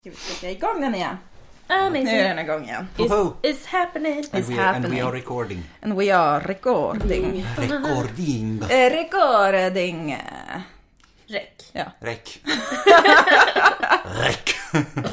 Ska vi trycka igång den igen? Amazing. Nu är den igång igen. It's happening. It's And we are recording. And we are recording. Recording. Recording. Räck. Ja. Räck. Räck.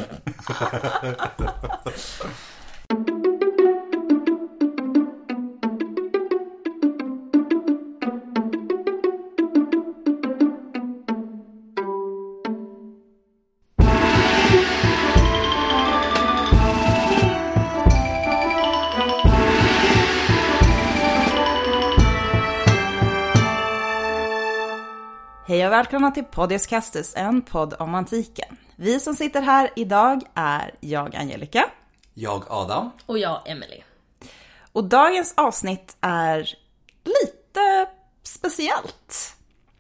Hej och välkomna till Podius Castus, en podd om antiken. Vi som sitter här idag är jag, Angelica. Jag, Adam. Och jag, Emily. Och dagens avsnitt är lite speciellt.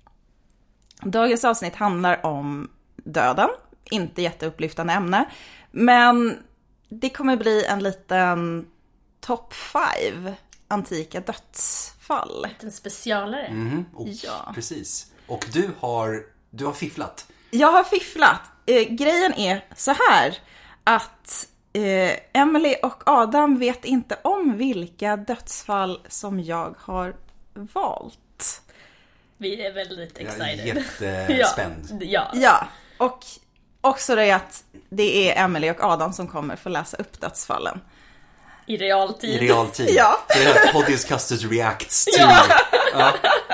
Dagens avsnitt handlar om döden. Inte jätteupplyftande ämne. Men det kommer bli en liten top 5 antika dödsfall. En specialare. Ja. Precis. Och du har fifflat. Jag har fifflat. Grejen är så här att Emily och Adam vet inte om vilka dödsfall som jag har valt. Vi är väldigt excited. Jag är jättespänd. Ja. Och också det att det är Emily och Adam som kommer få läsa upp dödsfallen. I realtid. I realtid. Ja. Så det här Podius Castus reacts to. Ja.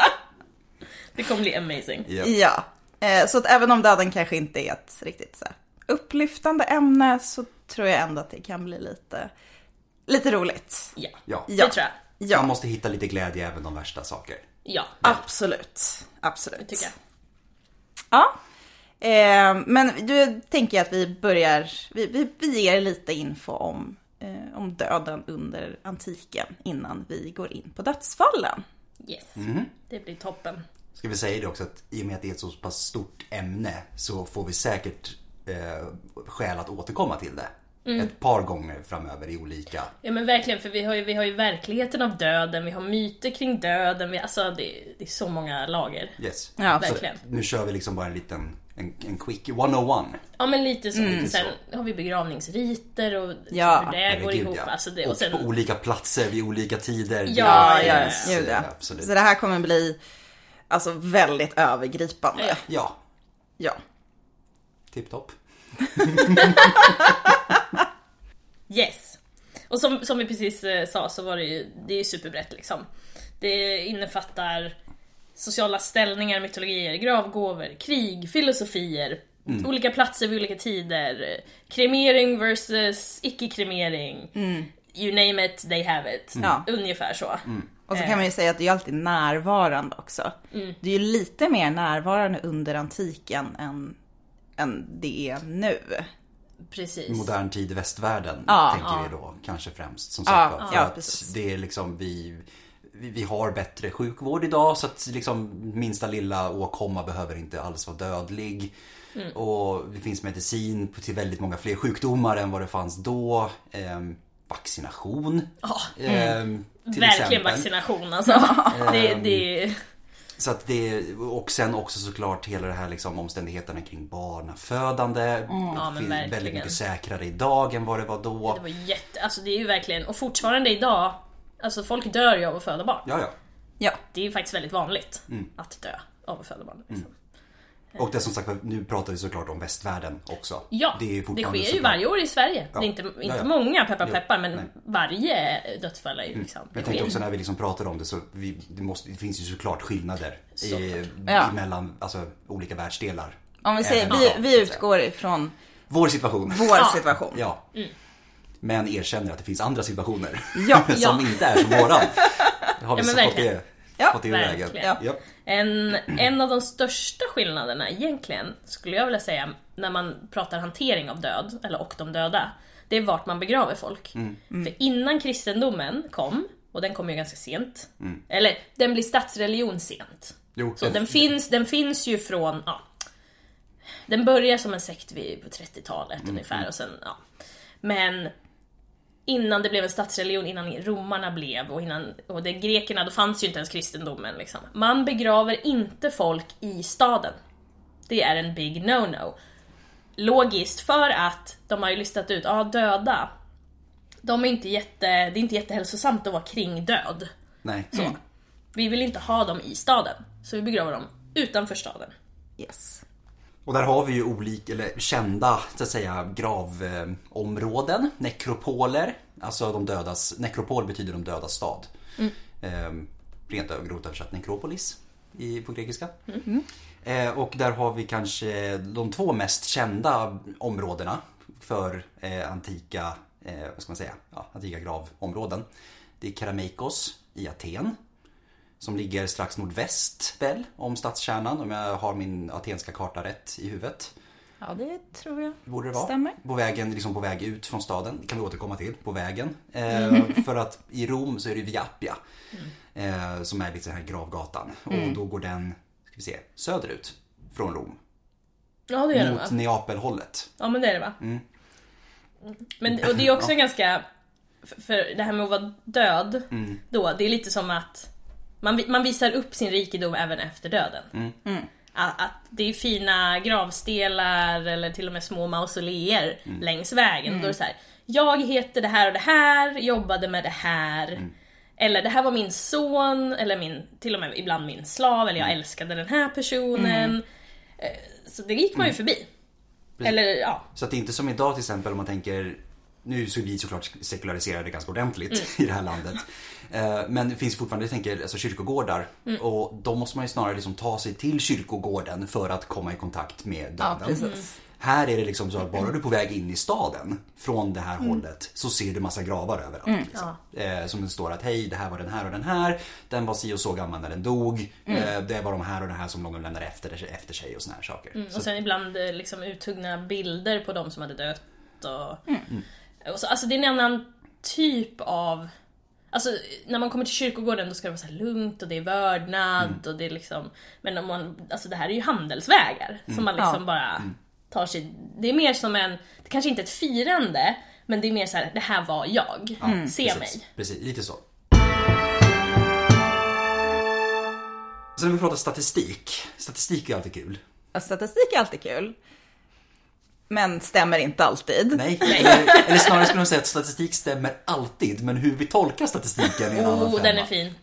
Det kommer bli amazing. Yep. Ja. Så att även om döden kanske inte är ett riktigt så här upplyftande ämne, så tror jag ändå att det kan bli lite roligt. Ja. Det tror jag. Ja. Man måste hitta lite glädje även de värsta saker. Ja, Absolut. det tycker jag. Ja. Men du tänker att vi börjar, vi ger lite info om döden under antiken innan vi går in på dödsfallen. Yes, det blir toppen. Ska vi säga det också att i och med att det är ett så pass stort ämne så får vi säkert skäl att återkomma till det. Ett par gånger framöver i olika... Ja men verkligen, för vi har ju verkligheten av döden, vi har myter kring döden, alltså det är så många lager. Yes. Ja, verkligen. Nu kör vi liksom bara en liten en quick 101. Ja men lite så. Sen så. har vi begravningsriter och Ja. hur det går ihop. Alltså det, och sen... på olika platser vid olika tider. Ja, Gud, ja. Absolut. Så det här kommer bli alltså väldigt övergripande. Ja. Tipptopp. Yes. Och som vi precis sa så var det är ju superbrett liksom. Det innefattar sociala ställningar, mytologier, gravgåvor, krig, filosofier, olika platser vid olika tider, kremering versus icke-kremering. You name it, they have it. Ungefär så. Och så kan man ju säga att det är alltid närvarande också. Det är ju lite mer närvarande under antiken än det är nu. Precis. Modern tid i västvärlden tänker vi då kanske främst som sagt. För att det är liksom vi har bättre sjukvård idag så att liksom minsta lilla åkomma behöver inte alls vara dödlig. Och det finns medicin till väldigt många fler sjukdomar än vad det fanns då. Vaccination. Till verkligen exempel. vaccination alltså. det Så att och sen också såklart hela det här liksom omständigheterna kring barnafödande. Väldigt mycket säkrare idag än vad det var då. Det var alltså det är ju verkligen, och fortfarande idag, alltså folk dör ju av att föda barn. Ja. Det är ju faktiskt väldigt vanligt att dö av att föda barn liksom. Och det som sagt, nu pratar vi såklart om västvärlden också. Ja, det sker ju varje år i Sverige. Det är inte många peppar, men varje dödsfall är ju liksom... Jag tänkte också när vi liksom pratar om det så det finns ju såklart skillnader mellan alltså, olika världsdelar. Om vi säger, vi utgår ifrån vår situation. Ja. Men erkänner att det finns andra situationer som inte är som våran. Det har vi fått i vägen. Ja. En av de största skillnaderna egentligen skulle jag vilja säga när man pratar hantering av död och de döda, det är vart man begraver folk. För innan kristendomen kom, och den kom ju ganska sent, eller den blir statsreligion sent. Så den finns ju från den börjar som en sekt på 30-talet ungefär och sen men innan det blev en statsreligion, innan romarna blev och det grekerna, då fanns ju inte ens kristendomen liksom. Man begraver inte folk i staden. Det är en big no-no. logiskt, för att de har ju listat ut, döda. Det är inte jättehälsosamt att vara kring död. Nej. Så. Vi vill inte ha dem i staden, så vi begraver dem utanför staden. Yes. Och där har vi ju olika, eller kända, så att säga, gravområden, nekropoler. Alltså de dödas, nekropol betyder de dödas stad. Rent grovt översatt nekropolis på grekiska. Och där har vi kanske de 2 mest kända områdena för antika gravområden. Det är Kerameikos i Aten, som ligger strax nordväst väl om stadskärnan, om jag har min atenska karta rätt i huvudet. Ja, det tror jag borde det vara. Stämmer. På vägen, liksom på väg ut från staden. Det kan vi återkomma till, på vägen. För att i Rom så är det Via Appia som är lite den här gravgatan. Och då går den, ska vi se, söderut från Rom. Ja, det är mot Neapelhållet. Ja, men det är det, va? Men, och det är också ganska... För det här med att vara död då, det är lite som att man visar upp sin rikedom även efter döden. Att det är fina gravstelar eller till och med små mausoleer längs vägen. Då är det så här: jag heter det här och det här, jobbade med det här. Eller det här var min son, eller till och med ibland min slav, eller jag älskade den här personen. Så det gick man ju förbi. Eller, ja. Så att det är inte som idag till exempel, om man tänker... Nu så är vi såklart sekulariserade ganska ordentligt i det här landet. Men det finns fortfarande, jag tänker, alltså kyrkogårdar. Och då måste man ju snarare liksom ta sig till kyrkogården för att komma i kontakt med döden. Ja, precis. Här är det liksom så att bara du är på väg in i staden från det här hållet, så ser du massa gravar överallt. Liksom. Som det står att hej, det här var den här och den här. Den var si och så gammal när den dog. Det var de här och det här som någon lämnar efter sig och såna här saker. Och sen ibland liksom uthuggna bilder på de som hade dött. Och så, alltså det är en annan typ av... Alltså när man kommer till kyrkogården, då ska det vara så här lugnt och det är vördnad och det är liksom... Men om alltså det här är ju handelsvägar som man liksom bara tar sig... Det är mer som en... Det kanske inte är ett firande, men det är mer så här: det här var jag. Se precis, mig. Precis, lite så. Sen när vi pratar statistik. Statistik är alltid kul. Ja, statistik är alltid kul. Men stämmer inte alltid. Nej. Eller snarare skulle man säga att statistik stämmer alltid. Men hur vi tolkar statistiken är en annan femma. Den är fin.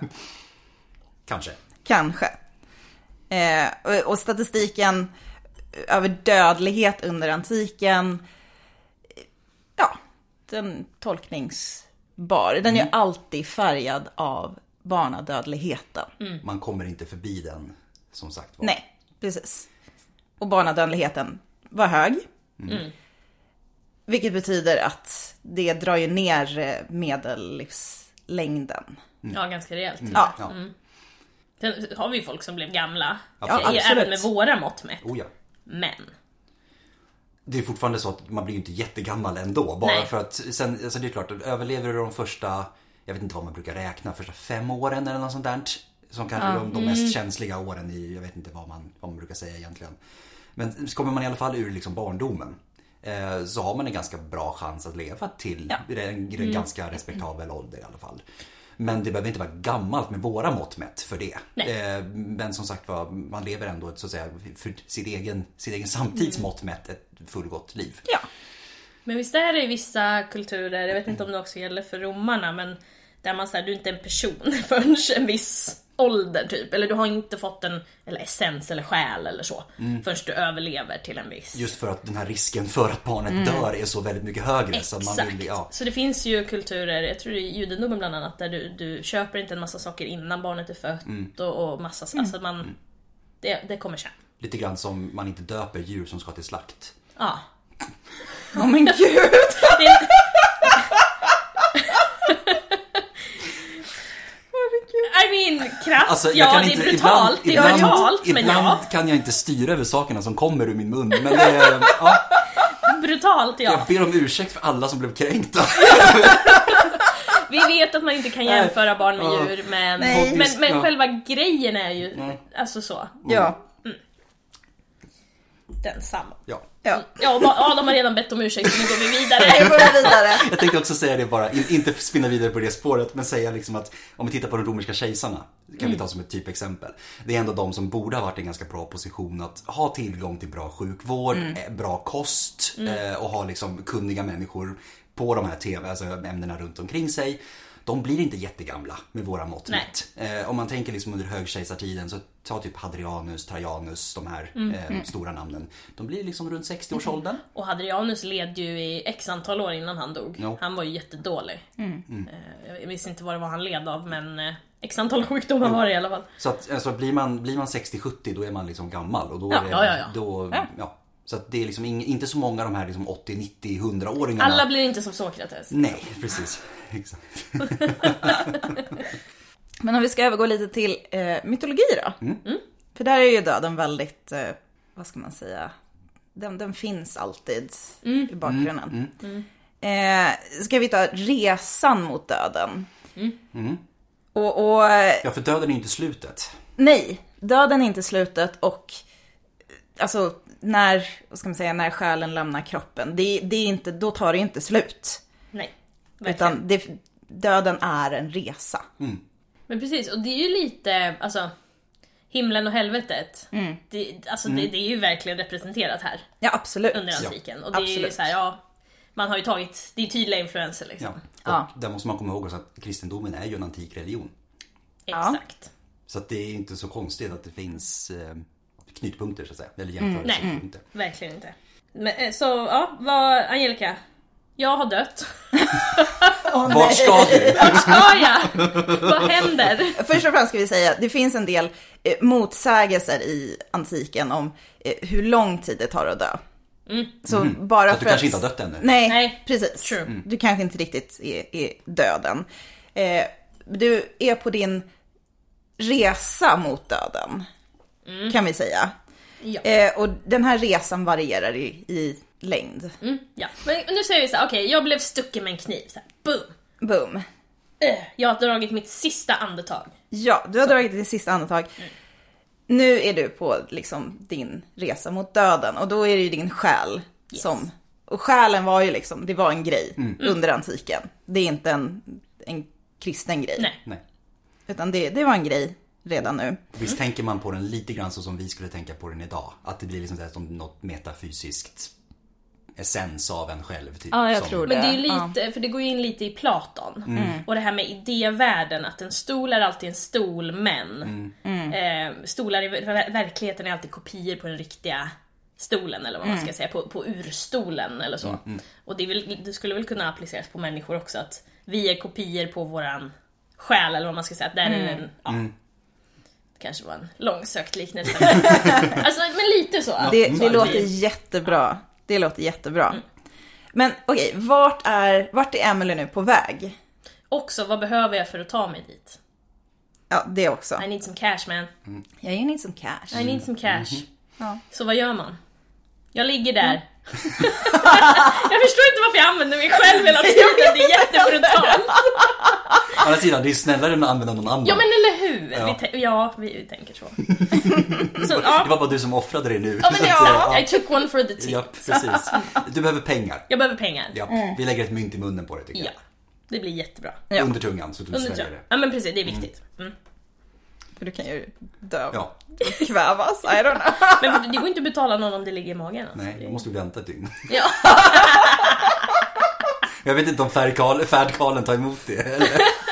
Kanske. Och statistiken över dödlighet under antiken, ja, den tolkningsbar. Den är ju alltid färgad av barnadödligheten. Man kommer inte förbi den, som sagt var. Nej, precis. Och barnadödligheten var hög. Vilket betyder att det drar ju ner medellivslängden. Ja, ganska rejält. Ja. Sen har vi folk som blev gamla. Ja, även med våra mått mätt. Oh, ja. Men det är fortfarande så att man blir ju inte jättegammal ändå. Bara för att sen, alltså det är klart, överlever du de första, jag vet inte vad man brukar räkna, första 5 åren eller något sånt där. Som kanske de mest känsliga åren i, jag vet inte vad man brukar säga egentligen. Men kommer man i alla fall ur liksom barndomen, så har man en ganska bra chans att leva till en ganska respektabel ålder i alla fall. Men det behöver inte vara gammalt med våra mått mätt för det. Men som sagt var, man lever ändå så att säga för sitt egen samtidsmått mätt ett fullgott liv. Ja. Men visst är det i vissa kulturer, jag vet inte om det också gäller för romarna, men där man säger du är inte en person förrän en viss ålder typ, eller du har inte fått en eller essens eller själ eller så förrän du överlever till en viss. Just för att den här risken för att barnet dör är så väldigt mycket högre. Exakt. Så man vill, så det finns ju kulturer, jag tror det är judendomen bland annat, där du köper inte en massa saker innan barnet är fött och massa, alltså man det kommer sen. Lite grann som man inte döper djur som ska till slakt. Ja. Åh men gud. I mean, krasst, alltså, det är brutalt, men ibland kan jag inte styra över sakerna som kommer ur min mun, men det är, brutalt, Jag ber om ursäkt för alla som blev kränkta. Vi vet att man inte kan jämföra barn med djur, men själva grejen är ju alltså så. Ja. densamma. Ja. De har redan bett om ursäkt, så nu går vi vidare. Jag tänkte också säga det bara, inte spinna vidare på det spåret, men säga liksom att om vi tittar på de romerska kejsarna, kan vi ta som ett typexempel. Det är ändå de som borde ha varit i en ganska bra position att ha tillgång till bra sjukvård, bra kost och ha liksom kunniga människor på de här ämnena runt omkring sig. De blir inte jättegamla med våra mått mätt. Om man tänker liksom under högkejsartiden, så ta typ Hadrianus, Trajanus, de här stora namnen. De blir liksom runt 60-årsåldern. Och Hadrianus led ju i x antal år innan han dog. No. Han var ju jättedålig. Jag visste inte vad det var han led av, men x antal sjukdomar var det i alla fall. Så att, alltså, blir man 60-70, då är man liksom gammal. Och då så att det är liksom inte så många av de här liksom 80, 90, 100-åringarna. Alla blir inte som Sokrates. Nej, precis. Exakt. Men om vi ska övergå lite till mytologi då. För där är ju döden väldigt, vad ska man säga, den finns alltid i bakgrunden. Ska vi ta resan mot döden? Ja, för döden är inte slutet. Nej, döden är inte slutet, och alltså när själen lämnar kroppen, det är inte, då tar det inte slut. Nej, verkligen. Utan döden är en resa. Men precis, och det är ju lite, alltså himlen och helvetet. Det är ju verkligen representerat här. Ja, absolut. Under antiken. Och det är ju så här, man har ju tagit, det är tydliga influenser liksom. Ja. Och där måste man komma ihåg också att kristendomen är ju en antik religion. Exakt. Så att det är inte så konstigt att det finns knutpunkter så att säga, eller jämförelsepunkter. Nej, verkligen inte. Men, så Angelica, jag har dött. Vart ska du? Vart ska jag? Vad händer? Först och främst ska vi säga, det finns en del motsägelser i antiken om hur lång tid det tar att dö. Så bara så att du kanske inte har dött ännu? Nej, precis. Du kanske inte riktigt är döden. Du är på din resa mot döden, kan vi säga. Ja. Och den här resan varierar i längd. Ja, men nu säger vi så här, okej, jag blev stucken med en kniv. Så här, boom. Jag har dragit mitt sista andetag. Ja, du har dragit ditt sista andetag. Nu är du på liksom din resa mot döden, och då är det ju din själ som... Och själen var ju liksom, det var en grej under antiken. Det är inte en kristen grej. Nej. Utan det var en grej redan nu. Visst tänker man på den lite grann så som vi skulle tänka på den idag. Att det blir liksom som något metafysiskt essens av en själv. Typ, ja, jag tror det. Men det är ju lite, för det går ju in lite i Platon. Och det här med idévärlden, att en stol är alltid en stol, men stolar i verkligheten är alltid kopior på den riktiga stolen, eller vad man ska säga, på urstolen eller så. Och det skulle väl kunna appliceras på människor också, att vi är kopior på våran själ, eller vad man ska säga, att där är en kanske var en långsökt liknelse. Alltså, men lite så. Det låter jättebra. Det låter jättebra. Men okej, vart är Emily nu på väg? Också, vad behöver jag för att ta mig dit? Ja, det också. I need some cash, man. Ja, you need some cash. I need some cash. Ja. Så vad gör man? Jag ligger där. Jag förstår inte varför jag använder mig själv hela tiden. Det är jättebrutalt. Å andra sidan, det är snällare än att använda någon annan. Ja, men eller hur? Vi tänker så. Så det var bara du som offrade det nu. Ja, men I took one for the team. Ja, precis. Du behöver pengar. Jag behöver pengar. Ja, vi lägger ett mynt i munnen på det, tycker jag. Det blir jättebra. Under tungan, så du sväljer det. Ja, men precis, det är viktigt. För du kan ju dö. Ja. Kvävas, I don't know. Men det går inte att betala någon om det ligger i magen. Alltså. Nej, då måste du vänta ett dygn. Ja. Jag vet inte om färdkarlen tar emot det, eller?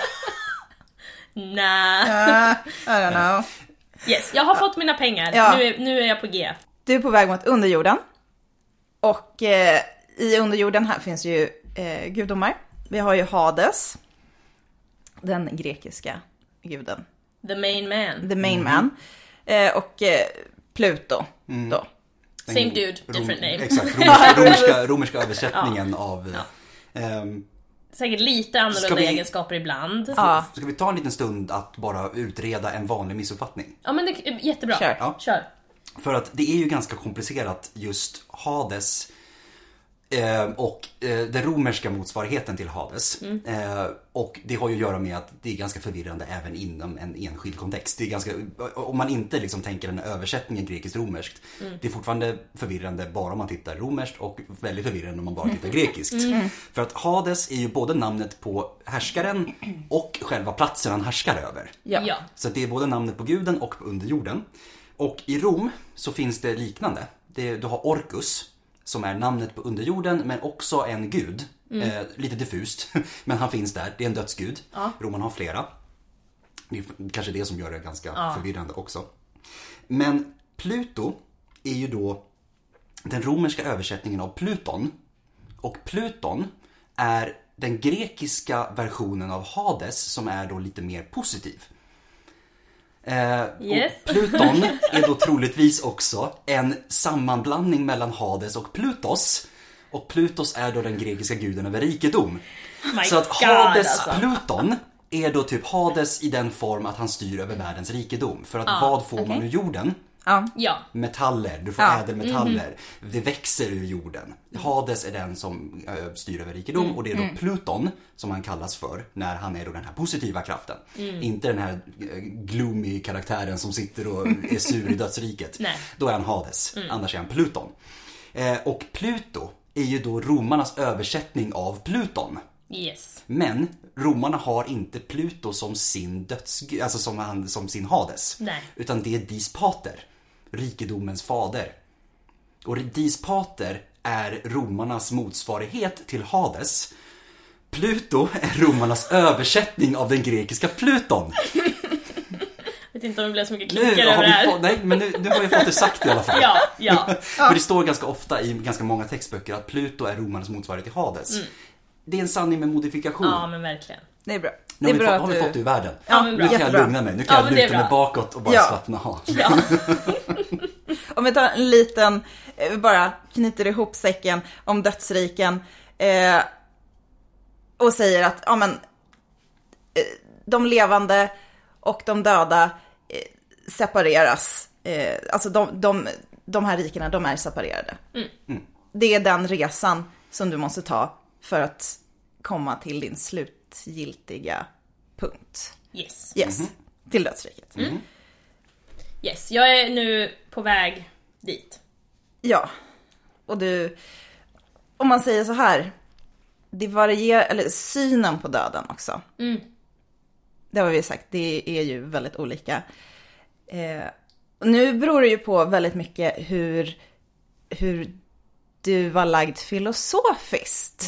Nej. I don't know. Yes, jag har fått mina pengar. Ja. Nu är jag på G. Du är på väg mot underjorden. Och i underjorden här finns ju gudomar. Vi har ju Hades, den grekiska guden. The main man. Och Pluto då. Same dude, different name. Exakt, romerska översättningen av... Säkert lite annorlunda egenskaper ibland. Ska vi ta en liten stund att bara utreda en vanlig missuppfattning? Ja, men det är jättebra. Kör. Kör. För att det är ju ganska komplicerat, just Hades. Och den romerska motsvarigheten till Hades. Och det har ju att göra med att det är ganska förvirrande även inom en enskild kontext. Det är ganska, om man inte liksom tänker den översättningen grekiskt-romerskt. Det är fortfarande förvirrande bara om man tittar romerskt och väldigt förvirrande om man bara tittar grekiskt. För att Hades är ju både namnet på härskaren och själva platsen han härskar över. Ja. Så det är både namnet på guden och på underjorden. Och i Rom så finns det liknande. Du har Orcus, som är namnet på underjorden, men också en gud. Lite diffust, men han finns där. Det är en dödsgud. Romarna har flera. Det är kanske det som gör det ganska förvirrande också. Men Pluto är ju då den romerska översättningen av Pluton. Och Pluton är den grekiska versionen av Hades, som är då lite mer positiv. Yes. Och Pluton är då troligtvis också en sammanblandning mellan Hades och Plutos. Och Plutos är då den grekiska guden över rikedom. Så att Hades Pluton är då typ Hades i den form att han styr över världens rikedom. För att vad får man ur jorden? Metaller, du får ädelmetaller. Det växer ur jorden. Hades är den som styr över rikedom. Och det är då Pluton som han kallas för när han är då den här positiva kraften. Inte den här gloomy karaktären som sitter och är sur i dödsriket. Då är han Hades, annars är han Pluton. Och Pluto är ju då romarnas översättning av Pluton. Yes. Men romarna har inte Pluto som sin alltså som sin Hades. Utan det är Dispater, rikedomens fader. Och Dispater är romarnas motsvarighet till Hades. Pluto är romarnas översättning av den grekiska Pluton. Jag vet inte om det blev så mycket klickar över det här. Nej, men nu har vi fått det sagt i alla fall. Ja. För det står ganska ofta i ganska många textböcker att Pluto är romarnas motsvarighet till Hades. Det är en sanning med modifikation. Ja, men verkligen. Det är bra. Nu har vi fått det ur världen. Nu kan jag lugna mig. Nu kan jag luta mig bakåt och bara slappna av. Om vi tar en liten, vi bara knyter ihop säcken om dödsriken och säger att de levande och de döda separeras. Alltså de här rikena, de är separerade. Det är den resan som du måste ta för att komma till din slutgiltiga punkt. Yes. Till dödsriket. Yes, jag är nu på väg dit. Ja. Och om man säger så här, det varierar, eller synen på döden också. Det har vi sagt, det är ju väldigt olika. Nu beror det ju på väldigt mycket hur du var lagd filosofiskt.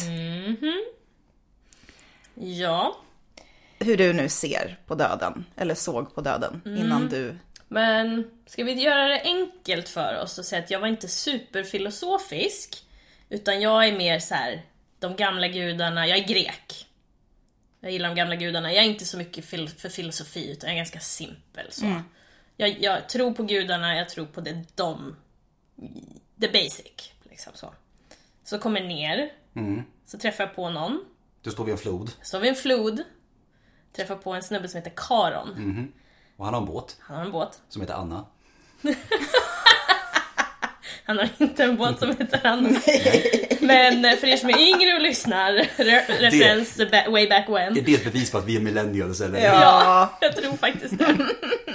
Ja. Hur du nu ser på döden, eller såg på döden innan du... Men ska vi göra det enkelt för oss och säga att jag var inte superfilosofisk, utan jag är mer så här, de gamla gudarna, jag är grek. Jag gillar de gamla gudarna, jag är inte så mycket för filosofi, utan jag är ganska simpel så. Jag tror på gudarna, jag tror på the basic liksom så. Så kommer ner, så träffar jag på någon. Du står vid en flod. Träffar på en snubbe som heter Karon. Och han har en båt. Som heter Anna. Han har inte en båt som heter Anna. Men för er som är yngre och lyssnar, referens way back when. Är det ett bevis på att vi är millennials eller? Ja, jag tror faktiskt det.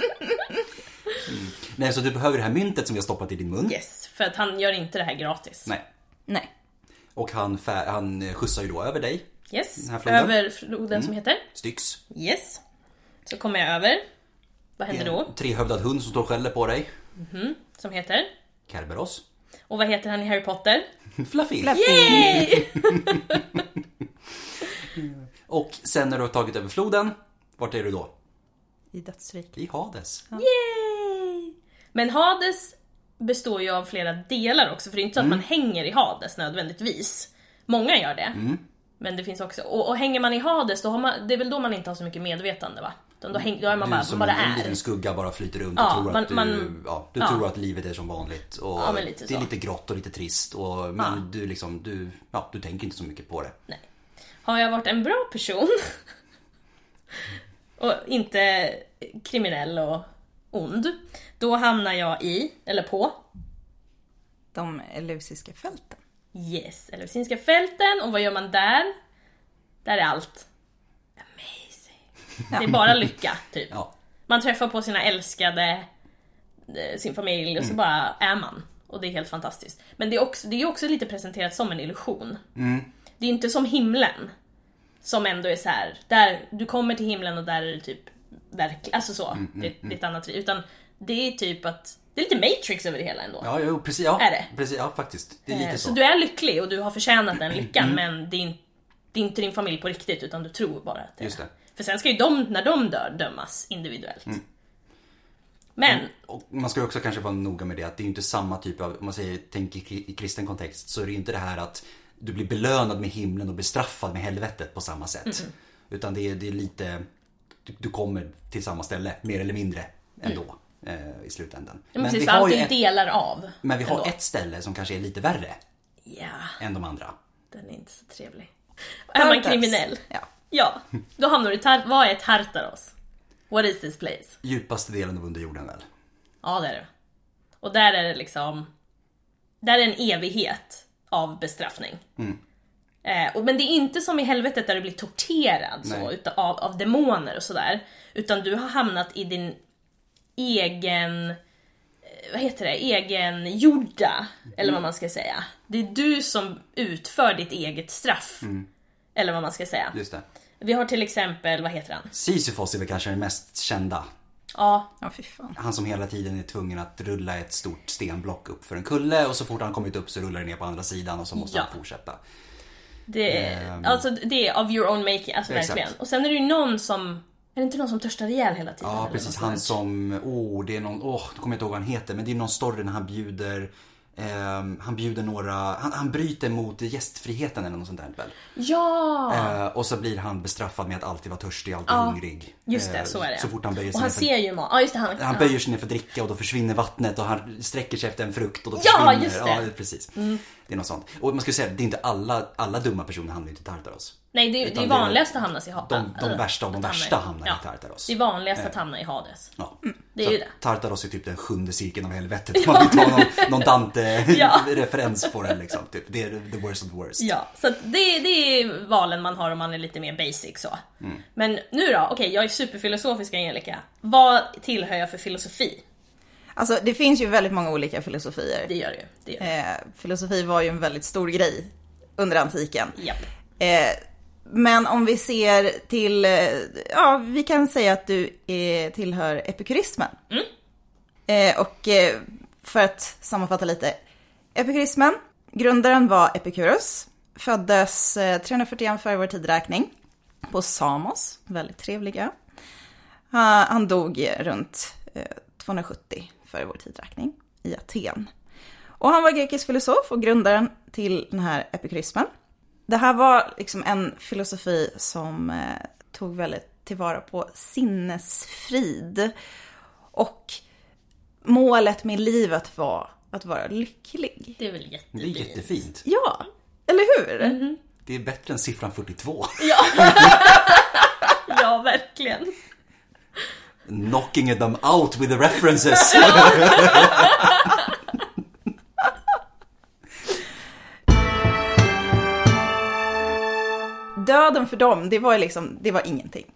Nej, så du behöver det här myntet som vi har stoppat i din mun. Yes, för att han gör inte det här gratis. Nej. Och han skjutsar ju då över dig. Yes, över floden som heter Styx. Yes. Så kommer jag över. Vad händer då? En trehövdad hund som står och skäller på dig. Som heter? Kerberos. Och vad heter han i Harry Potter? Fluffy. Yay! Och sen när du har tagit över floden, vart är du då? I dödsriket. I Hades. Yay! Men Hades består ju av flera delar också, för det är inte så att man hänger i Hades nödvändigtvis. Många gör det. Men det finns också, och hänger man i Hades, då har man, det är väl då man inte har så mycket medvetande, va? Då är man bara som vad det en är. liten skugga bara flyter runt och tror att du tror att livet är som vanligt. Och det är lite grått och lite trist. Men du tänker inte så mycket på det. Nej. Har jag varit en bra person och inte kriminell och ond, då hamnar jag på de eleusiska fälten. Yes, Eleusinska fälten. Och vad gör man där? Där är allt amazing. Det är bara lycka, typ. Ja. Man träffar på sina älskade, sin familj, och så bara är man. Och det är helt fantastiskt. Men det är också lite presenterat som en illusion. Det är inte som himlen, som ändå är så här, där du kommer till himlen och där är det typ verkligen, alltså så, det är ett annat, utan det är typ att det är lite Matrix över det hela ändå. Ja, jo, precis, ja. Är det? Precis, ja, faktiskt. Det är lite så. Så du är lycklig och du har förtjänat den lyckan, men det är inte din familj på riktigt, utan du tror bara att det är. Just det. För sen ska ju de, när de dör, dömas individuellt. Men och man ska ju också kanske vara noga med det, att det är inte samma typ av, om man säger, tänk i kristen kontext, så är det inte det här att du blir belönad med himlen och bestraffad med helvetet på samma sätt. Utan det är lite, du kommer till samma ställe, mer eller mindre ändå i slutändan. Men precis, allt är ju delar av. Men vi har ändå ett ställe som kanske är lite värre än de andra. Den är inte så trevlig. Är man kriminell? Ja. Då hamnar du vad är Tartaros? What is this place? Djupaste delen av underjorden väl? Ja, det är det. Och där är det liksom, där är en evighet av bestraffning. Men det är inte som i helvetet där du blir torterad så, av demoner och sådär. Utan du har hamnat i din egen, vad heter det, egen jorda, eller vad man ska säga. Det är du som utför ditt eget straff, eller vad man ska säga. Just det. Vi har till exempel, vad heter han? Sisyfos är väl kanske den mest kända. Ja, fy fan. Han som hela tiden är tvungen att rulla ett stort stenblock upp för en kulle, och så fort han kommit upp så rullar det ner på andra sidan, och så måste han fortsätta. Det är of your own making, alltså verkligen. Och sen är det ju någon som, är det inte någon som törstar ihjäl hela tiden? Ja, precis. Han som, det är någon, nu kommer jag inte ihåg vad han heter, men det är någon story när han bjuder några, han bryter mot gästfriheten eller något sånt där väl. Ja. Och så blir han bestraffad med att alltid vara törstig, alltid hungrig. Just det, så är det. Så fort han böjer sig, och han ser ju just det, han böjer sig ner för dricka, och då försvinner vattnet, och han sträcker sig efter en frukt, och då försvinner. Just det. Ja, precis. Det är något sånt. Och man ska säga, det är inte alla dumma personer hamnar inte i Tartaros. Nej, det är vanligast att hamna i Hades. De värsta av de värsta hamnar i Tartaros. Det är vanligast att hamna i Hades. Ja. Det är ju det. Tartaros är typ den 7:e cirkeln av helvetet. Om man vill ta någon Dante-referens på den liksom. Typ. Det är the worst of the worst. Ja, så det är valen man har om man är lite mer basic så. Men nu då, okej, jag är superfilosofisk, Angelica. Vad tillhör jag för filosofi? Alltså det finns ju väldigt många olika filosofier. Det gör det. Filosofi var ju en väldigt stor grej under antiken. Japp. Men om vi ser till, vi kan säga att du tillhör epikurismen. Och för att sammanfatta lite, epikurismen, grundaren var Epikurus, föddes 341 före vår tidräkning på Samos, väldigt trevlig ö. Han dog runt 270 före vår tidräkning i Aten. Och han var grekisk filosof och grundaren till den här epikurismen. Det här var liksom en filosofi som tog väldigt tillvara på sinnesfrid. Och målet med livet var att vara lycklig. Det är väl jättefint. Det är jättefint. Ja, eller hur? Det är bättre än siffran 42. Ja, ja verkligen. Knocking them out with the references. Döden för dem, det var ingenting.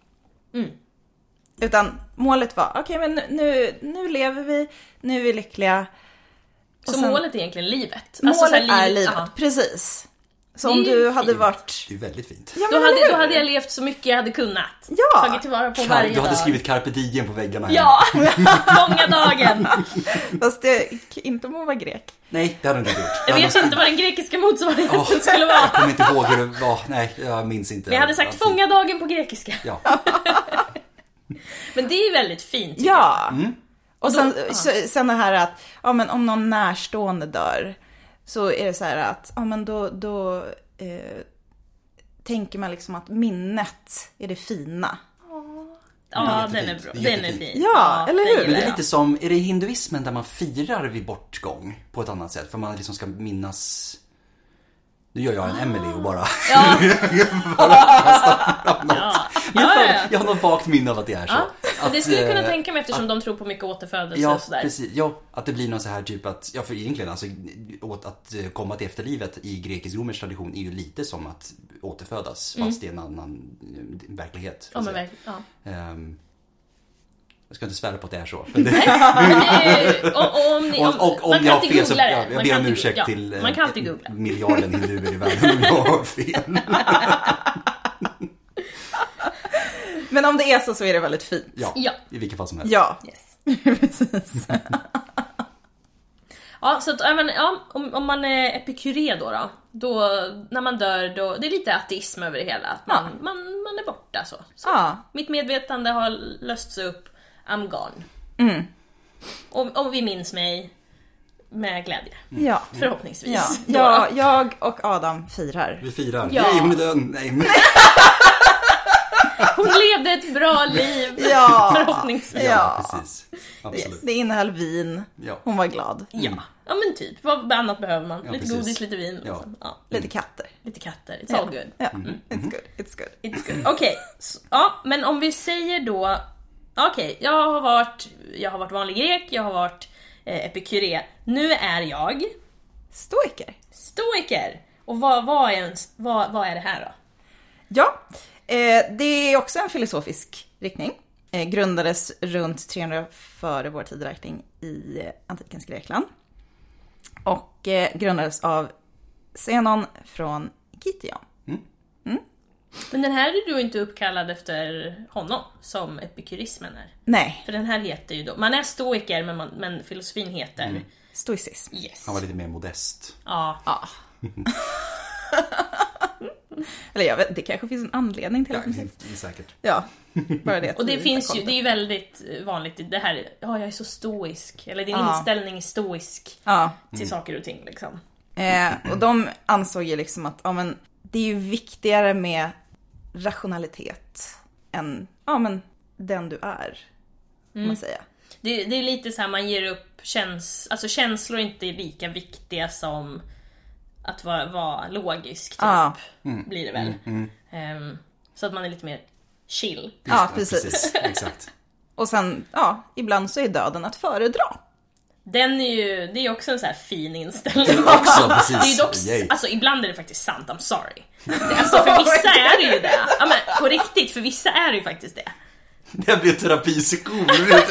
Utan målet var, okej, men nu lever vi, nu är vi lyckliga. Och så målet är egentligen livet? Målet alltså, är livet, precis. Så om du hade varit... Det är väldigt fint. Ja, då hade jag levt så mycket jag hade kunnat. Ja. Tagit tillvara på varje dag. Du hade skrivit carpe diem på väggarna. Ja, långa dagen. Fast det inte om att vara grek. Nej, det hade du inte gjort. Jag vet inte vad den grekiska motsvarigheten skulle vara. Jag kommer inte ihåg hur det var. Nej, jag minns inte. Men jag hade sagt fånga dagen på grekiska. Ja. Men det är väldigt fint. Ja. Och sen det här att men om någon närstående dör, så är det så här att men då tänker man liksom att minnet är det fina. Ja, den är bra. Den är fin. Ja, eller hur? Men det är lite som, är det hinduismen där man firar vid bortgång på ett annat sätt? För man liksom ska minnas... Nu gör jag en Emily och bara... Ja. Jag har något vagt minne av att det är så. Men det skulle jag kunna tänka mig eftersom de tror på mycket återfödelse och sådär. Precis. Ja, att det blir någon så här typ att, för egentligen alltså, att komma till efterlivet i grekisk-romersk tradition är ju lite som att återfödas, fast i en annan verklighet. Ja, men verkligen, ja. Jag ska inte svära på att det är så. Om jag har fel så jag ber om ursäkt till miljarden hinduer i världen om jag har fel. Men om det är så är det väldigt fint. Ja, i vilket fall som helst. Ja, yes. Precis. Ja, så att, om man är epikuré då när man dör, då det är lite ateism över det hela. Att man är borta så. Mitt medvetande har lösts upp. I'm gone. Och vi minns mig med glädje. Ja. Förhoppningsvis. Ja, jag och Adam firar. Vi firar. Ja. Nej, hon är död. Nej. Hon levde ett bra liv. Förhoppningsvis. Ja, precis. Absolut. Det innehöll vin. Ja. Hon var glad. Ja, men typ. Vad annat behöver man? Lite precis. Godis, lite vin. Ja. Lite katter. It's all good. Ja. It's good. Okej. Men om vi säger då... Okej, jag har varit vanlig grek, jag har varit epikuré. Nu är jag... Stoiker. Och vad är det här då? Ja, det är också en filosofisk riktning. Grundades runt 300 före vår tideräkning i antikens Grekland. Och grundades av Zenon från Kition. Men den här är du inte uppkallad efter honom som epikurismen är. Nej. För den här heter ju då... Man är stoiker men filosofin heter... Stoicism. Yes. Han var lite mer modest. Ja. Eller jag vet, det kanske finns en anledning till det. Säkert. Ja, bara det. Och det finns ju, det är ju väldigt vanligt det här, jag är så stoisk. Eller din inställning är stoisk till saker och ting liksom. Och de ansåg ju liksom att det är ju viktigare med rationalitet än den du är, kan man säga. Det är lite så här, man ger upp alltså känslor är inte lika viktiga som att vara logisk typ, blir det väl. Så att man är lite mer chill. Ja, precis. Exakt. Och sen, ibland så är döden att föredra. Det är också en så här fin inställning. Också, precis. Det är dock, alltså ibland är det faktiskt sant, I'm sorry. Alltså för vissa är det ju det. Ja, men på riktigt, för vissa är det ju faktiskt det. Det blir terapipsykolog.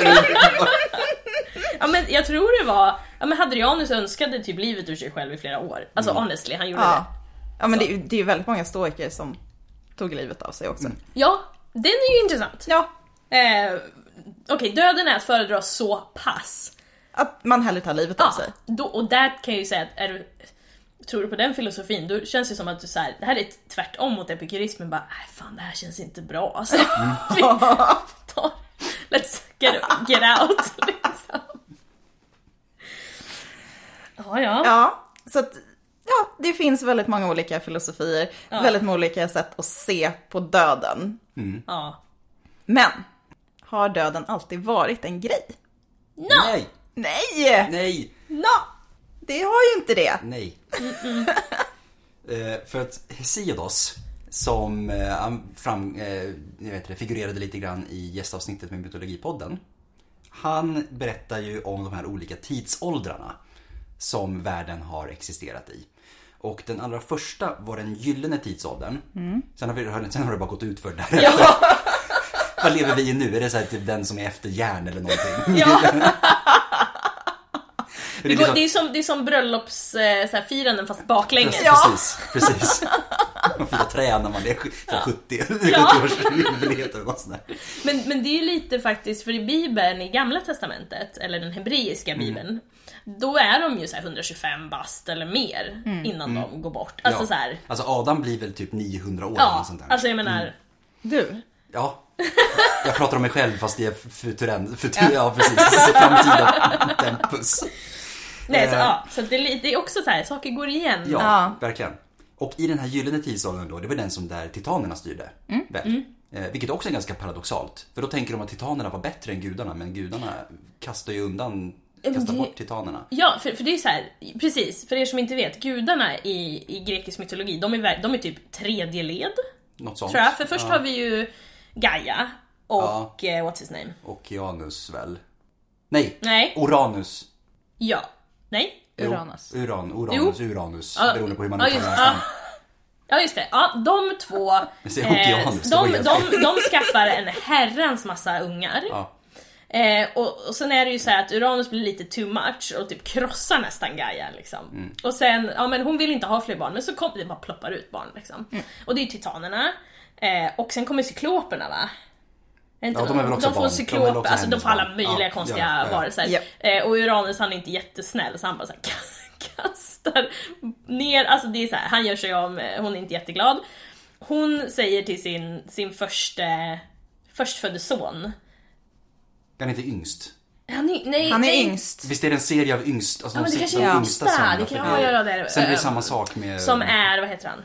Ja, men jag tror det var... Ja, men Hadrianus önskade typ livet ur sig själv i flera år. Alltså honestly, han gjorde det. Ja, men det är ju väldigt många stoiker som tog livet av sig också. Ja, den är ju intressant. Ja. Okej, döden är att föredra så pass. Att man hellre tar livet av sig. Och där kan jag ju säga att tror du på den filosofin, då känns det som att du så här, det här är tvärtom mot epikurismen. Bara, fan, det här känns inte bra. Alltså, let's get out. Liksom. Ja, så att, det finns väldigt många olika filosofier. Väldigt många olika sätt att se på döden. Ja. Men, har döden alltid varit en grej? No! Nej! Det har ju inte det. Nej. För att Hesiodos, som figurerade lite grann i gästavsnittet med Mytologipodden, han berättar ju om de här olika tidsåldrarna som världen har existerat i. Och den allra första var den gyllene tidsåldern. Sen har det bara gått ut för därefter. Vad lever vi i nu? Är det så här, typ den som är efter järn eller någonting? Ja. Det är som bröllopsfiranden fast baklänges. Precis. Man firar trä när man är 70 årsjubileet eller något sånt där. Men det är lite faktiskt, för i Bibeln, i Gamla testamentet, eller den hebreiska Bibeln, då är de ju så här 125 bast eller mer innan de går bort. Alltså, så här. Alltså Adam blir väl typ 900 år eller sånt där. Alltså jag menar... Du? Ja. Jag pratar om mig själv fast det är ja, precis. Framtida tempus. Nej, så det är också så här, saker går igen. Ja, verkligen. Och i den här gyllene tidsåldern då, det var den som där titanerna styrde. Vilket också är ganska paradoxalt. För då tänker de att titanerna var bättre än gudarna, men gudarna kastar bort titanerna. Ja, för det är så här, precis, för er som inte vet, gudarna i grekisk mytologi, de är typ tredje led. Något sånt. Tror jag, för först har vi ju Gaia, och what's his name? Okeanus väl? Nej. Uranus. Ja. Nej. Uranus. Uranus. Beroende på hur man uttalar det. Ja just det, de två de skaffar en herrans massa ungar. Och sen är det ju så här att Uranus blir lite too much och typ krossar nästan Gaia liksom. Och sen, men hon vill inte ha fler barn, men så kommer det bara ploppar ut barn liksom. Och det är ju titanerna. Och sen kommer cykloperna, va? De är väl också de får cykloper, alltså de får alla möjliga konstiga varelser. Och Uranus, han är inte jättesnäll, så han bara så här kastar ner, alltså det är så här, han gör sig om, hon är inte jätteglad. Hon säger till sin förstfödde son. Han är inte yngst. Han är yngst. Visst är det en serie av yngst, alltså det kanske är yngsta, det kan jag göra där. Sen blir det samma sak med som är, vad heter han?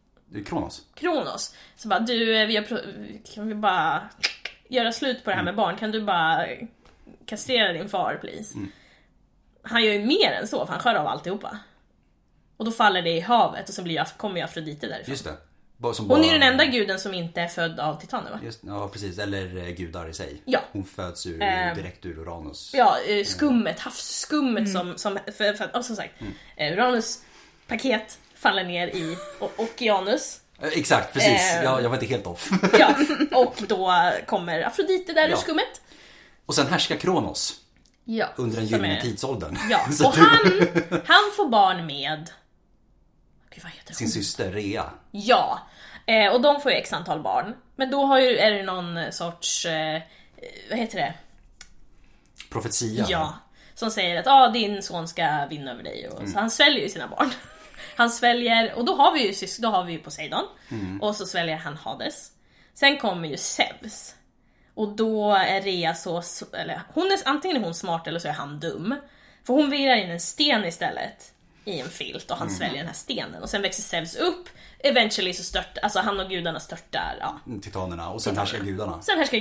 Kronos. Så bara, kan vi bara göra slut på det här med barn? Kan du bara kastrera din far, please? Han gör ju mer än så, för han skär av alltihopa. Och då faller det i havet och så kommer ju Afrodite därifrån. Just det. Hon är ju den enda guden som inte är född av titaner, va? Ja, precis. Eller gudar i sig. Ja. Hon föds direkt ur Uranus. Ja, skummet, havsskummet som sagt. Uranus paket faller ner i Okeanus. Exakt, precis. Jag var inte helt off. Ja, och då kommer Afrodite där ur skummet. Och sen härskar Kronos. Ja, under den gyllene tidsåldern. Ja, och han får barn med vad heter sin syster Rea. Ja, och de får ju x antal barn. Men då är det någon sorts vad heter det? Profetia. Ja, som säger att din son ska vinna över dig. Och så han sväljer ju sina barn. Han sväljer, och då har vi ju Poseidon. Och så sväljer han Hades. Sen kommer ju Zeus. Och då är Rea antingen är hon smart eller så är han dum. För hon virar in en sten istället i en filt och han sväljer den här stenen. Och sen växer Zeus upp. Eventually så han och gudarna störtar titanerna. Och sen härskar gudarna.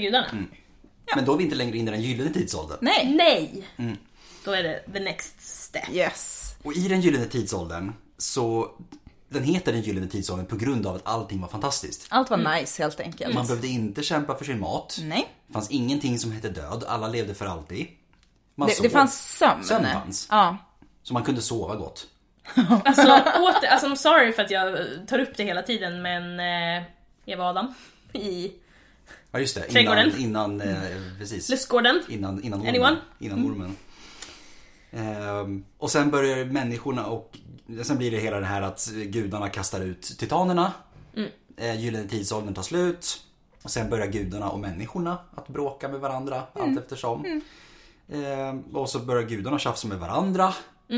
Ja. Men då är vi inte längre in i den gyllene tidsåldern. Nej. Då är det the next step. Yes. Och i den gyllene tidsåldern så... Den heter den gyllene tidsåldern på grund av att allting var fantastiskt. Allt var nice helt enkelt. Man behövde inte kämpa för sin mat. Nej. Det fanns ingenting som hette död. Alla levde för alltid. Det fanns sömn. Sömn fanns. Ja. Så man kunde sova gott. Alltså I'm sorry för att jag tar upp det hela tiden, men Eva Adam i just det. trädgården. Innan precis. Lustgården. Innan ormen. Och sen börjar människorna och sen blir det hela det här att gudarna kastar ut titanerna. Gyllene tidsåldern tar slut. Och sen börjar gudarna och människorna att bråka med varandra allt eftersom. Och så börjar gudarna tjafsa med varandra.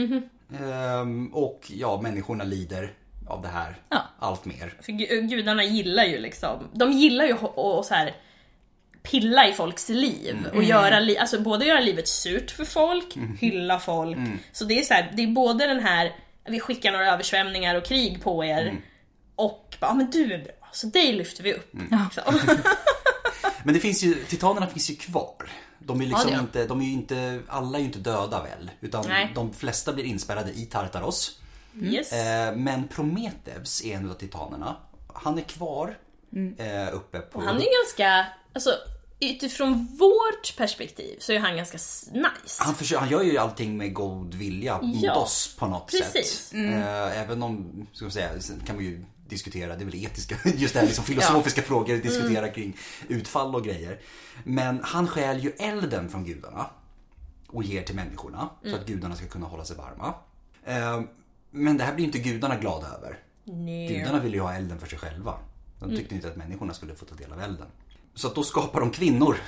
Och människorna lider av det här allt mer. För gudarna gillar ju de gillar ju att så här pilla i folks liv och både göra livet surt för folk, hylla folk. Så det är så här, det är både den här vi skickar några översvämningar och krig på er och bara, men du är bra, så dig lyfter vi upp. Men det finns ju, titanerna finns ju kvar. De är liksom inte, alla är ju inte döda väl, utan de flesta blir inspärrade i Tartaros. Yes. Men Prometheus är en av titanerna. Han är kvar uppe på... Och han är ganska, alltså utifrån vårt perspektiv så är han ganska nice. Han gör ju allting med god vilja mot oss på något sätt. Även om, ska man säga, kan man ju diskutera, det är väl etiska, just det här liksom filosofiska frågor, diskutera kring utfall och grejer. Men han stjäl ju elden från gudarna och ger till människorna så att gudarna ska kunna hålla sig varma. Men det här blir inte gudarna glada över. Nej. Gudarna vill ju ha elden för sig själva. De tyckte inte att människorna skulle få ta del av elden. Så att då skapar de kvinnor.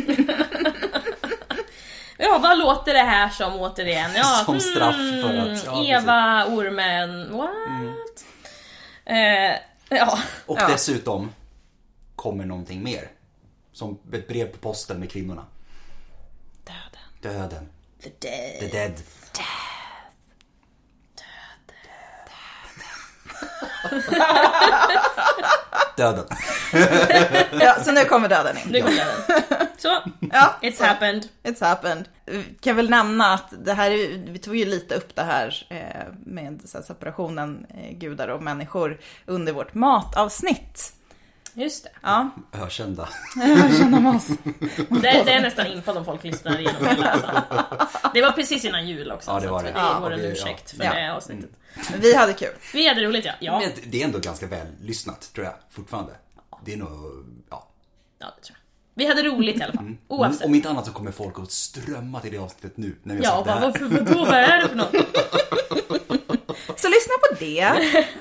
Vad låter det här som återigen? Som straff för att... Eva, ormen, what? Och dessutom kommer någonting mer. Som ett brev på posten med kvinnorna. Döden. The dead. The dead. Döden. Så nu kommer döden in. Så, it's happened. It's happened. Kan väl nämna att det här, vi tog ju lite upp det här med separationen gudar och människor under vårt matavsnitt. Just det. Ja. Ökända. Ökända mas. Det är nästan in på de folk lyssnar igenom hela. Det var precis innan jul också. Ja, det var det. Det var en ursäkt för det avsnittet. Men vi hade kul. Vi hade roligt, ja. Men det är ändå ganska väl lyssnat, tror jag, fortfarande. Det är nog, Ja, det tror jag. Vi hade roligt i alla fall, oavsett. Om inte annat så kommer folk att strömma till det avsnittet nu när vi har sagt det här. Vad är det för något? Så lyssna på det.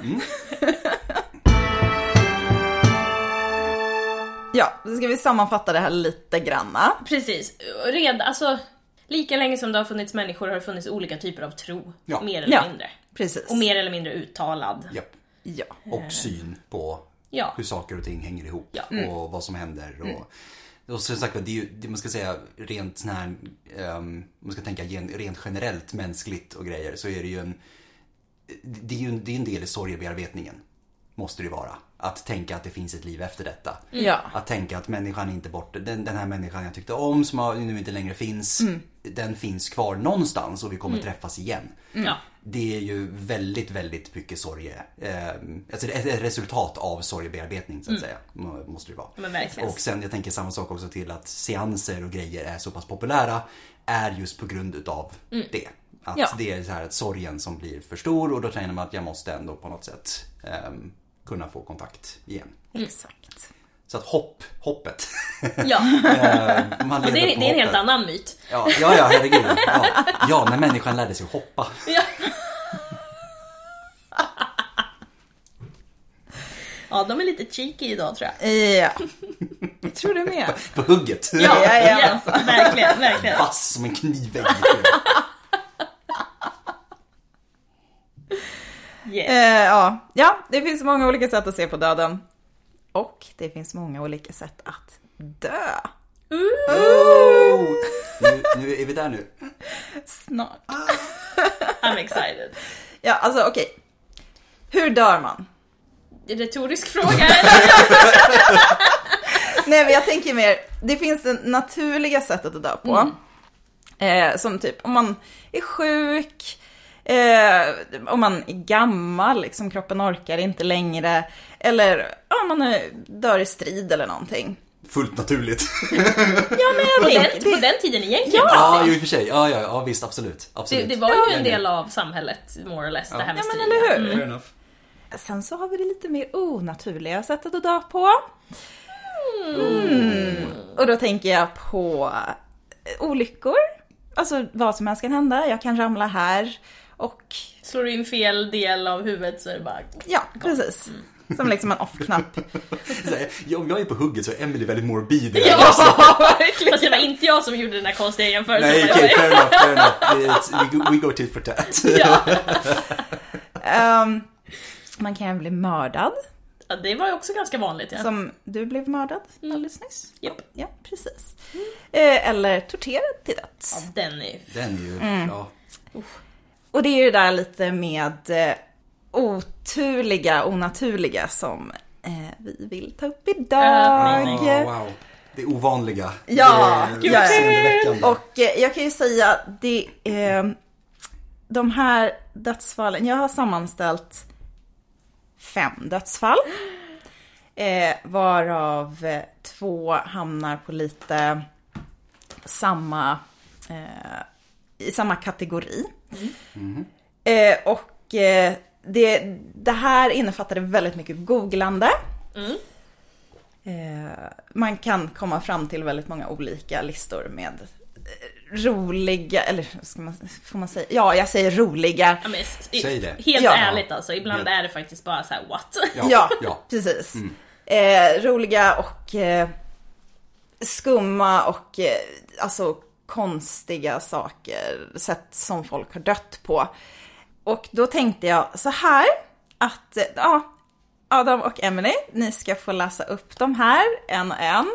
Ja, då ska vi sammanfatta det här lite granna. Precis. Alltså, lika länge som det har funnits människor har det funnits olika typer av tro. Ja. Mer eller mindre. Precis. Och mer eller mindre uttalad. Japp. Ja. Och syn på hur saker och ting hänger ihop och vad som händer. Och som sagt, det är ju, det man ska säga, rent sån här, man ska tänka rent generellt mänskligt och grejer, så är det ju det är en del i sorgebearbetningen. Måste det vara. Att tänka att det finns ett liv efter detta. Ja. Att tänka att människan är inte borta. Den här människan jag tyckte om som nu inte längre finns. Den finns kvar någonstans och vi kommer träffas igen. Ja. Det är ju väldigt, väldigt mycket sorge. Alltså ett resultat av sorgebearbetning så att säga. Måste det vara. Men verkligen. Och sen jag tänker samma sak också till att seanser och grejer är så pass populära. Är just på grund utav det. Att det är så här att sorgen som blir för stor och då känner man att jag måste ändå på något sätt kunna få kontakt igen. Exakt. Så att hoppet. Ja. Man Och det är en helt hoppet. annan myt. Ja, herregud. Ja, när människan lärde sig att hoppa. Ja. Ja, de är lite cheeky idag, tror jag. Ja. Jag tror det med. På hugget. Ja, yes, verkligen. Vass som en knivvägg. Yes. Ja, det finns många olika sätt att se på döden. Och det finns många olika sätt att dö. Nu är vi där nu. Snart. I'm excited. Ja, alltså okej. Hur dör man? Retorisk fråga. Nej, men jag tänker mer, det finns det naturliga sättet att dö på. Som typ om man är sjuk, om man är gammal, liksom kroppen orkar inte längre, eller om man dör i strid eller någonting. Fullt naturligt. Ja, men på den tiden egentligen. Ja, i och för sig. Ja, visst, absolut. Det var ju en del av samhället, more or less, det här med men strid. eller hur? Fair enough. Sen så har vi det lite mer onaturliga sättet att dö på. Och då tänker jag på olyckor. Alltså vad som helst kan hända. Jag kan ramla här och... Slår du in fel del av huvudet så är det bara... Ja, precis. Som liksom en off-knapp. Om jag är på hugget så är Emily väldigt morbid. Ja, verkligen. Fast det var inte jag som gjorde den här konstiga jämförelsen. Nej, okej, fair enough. We go tit for tat. Ja. Man kan bli mördad. Ja, det var ju också ganska vanligt. Ja. Som du blev mördad alldeles nyss. Japp. Ja, precis. Eller torterad till döds. Ja, den är ju... Ja. Och det är ju där lite med onaturliga som vi vill ta upp idag. Wow. Det är ovanliga. Ja, det är och jag kan ju säga det de här dödsfallen, jag har sammanställt 5 dödsfall, varav 2 hamnar på lite i samma kategori. Och det här innefattade väldigt mycket googlande. Man kan komma fram till väldigt många olika listor med roliga, eller får man säga? Ja, jag säger roliga. Ja, men, säg det. Helt ärligt alltså, ibland är det faktiskt bara så här what? Ja, precis. Roliga och skumma och alltså konstiga saker, sätt som folk har dött på. Och då tänkte jag så här att Adam och Emily, ni ska få läsa upp de här en och en.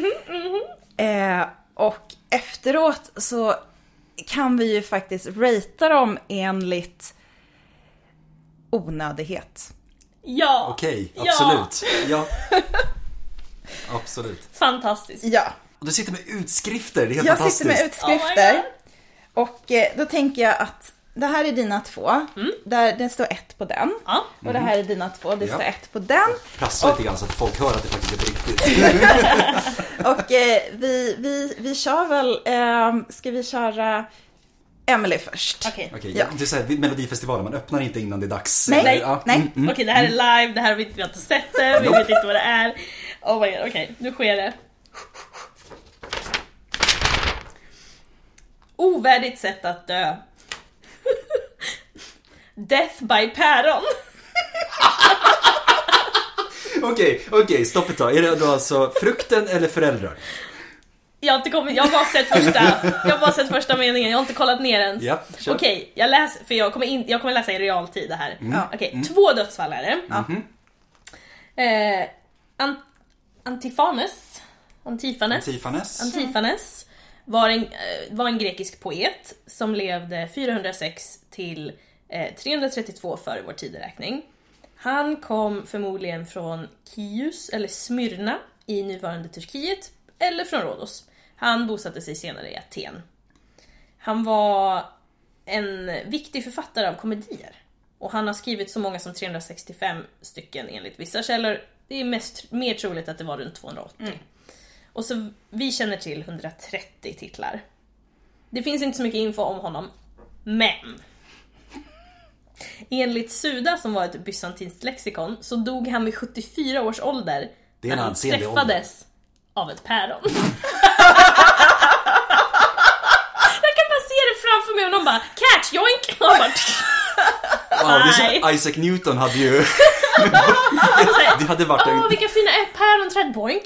Och efteråt så kan vi ju faktiskt ratea dem enligt onödighet. Ja. Okej, absolut. Ja. Absolut. Fantastiskt. Ja. Och du sitter med utskrifter, det är helt Jag fantastiskt. sitter med utskrifter. Och då tänker jag att det här är dina 2. Där det står 1 på den. Ja. Och det här är dina 2. Det står 1 på den. Prassla lite grann så att folk hör att det faktiskt är på riktigt. Och vi kör väl... ska vi köra Emily först? Okej. Ja. Det är så här, vid Melodifestivalen, man öppnar inte innan det är dags. Nej. Ja. Nej. Okej, det här är live, det här vi har inte sett det, vi vet inte vad det är. Oh my god, okej, nu sker det. Ovärdigt sätt att dö. Death by päron. Okej, stopp ett tag. Är det då alltså frukten eller föräldrar? Jag har bara sett första meningen, jag har inte kollat ner ens. Ja, kör. Okej, jag läser, för jag kommer läsa i realtid det här. Okej, 2 dödsfall är det. Antifanes var en grekisk poet som levde 406 till 332 före vår tideräkning. Han kom förmodligen från Kius eller Smyrna i nuvarande Turkiet eller från Rhodos. Han bosatte sig senare i Aten. Han var en viktig författare av komedier. Och han har skrivit så många som 365 stycken enligt vissa källor. Det är mer troligt att det var runt 280. Och så vi känner till 130 titlar. Det finns inte så mycket info om honom. Men enligt Suda, som var ett bysantinskt lexikon, så dog han vid 74 års ålder. Det är när han träffades av ett päron. Jag kan bara se det framför mig och någon bara catch, yoink! Och bara, wow, det är som Isaac Newton hade ju det hade varit vilka fina päronträd, boink.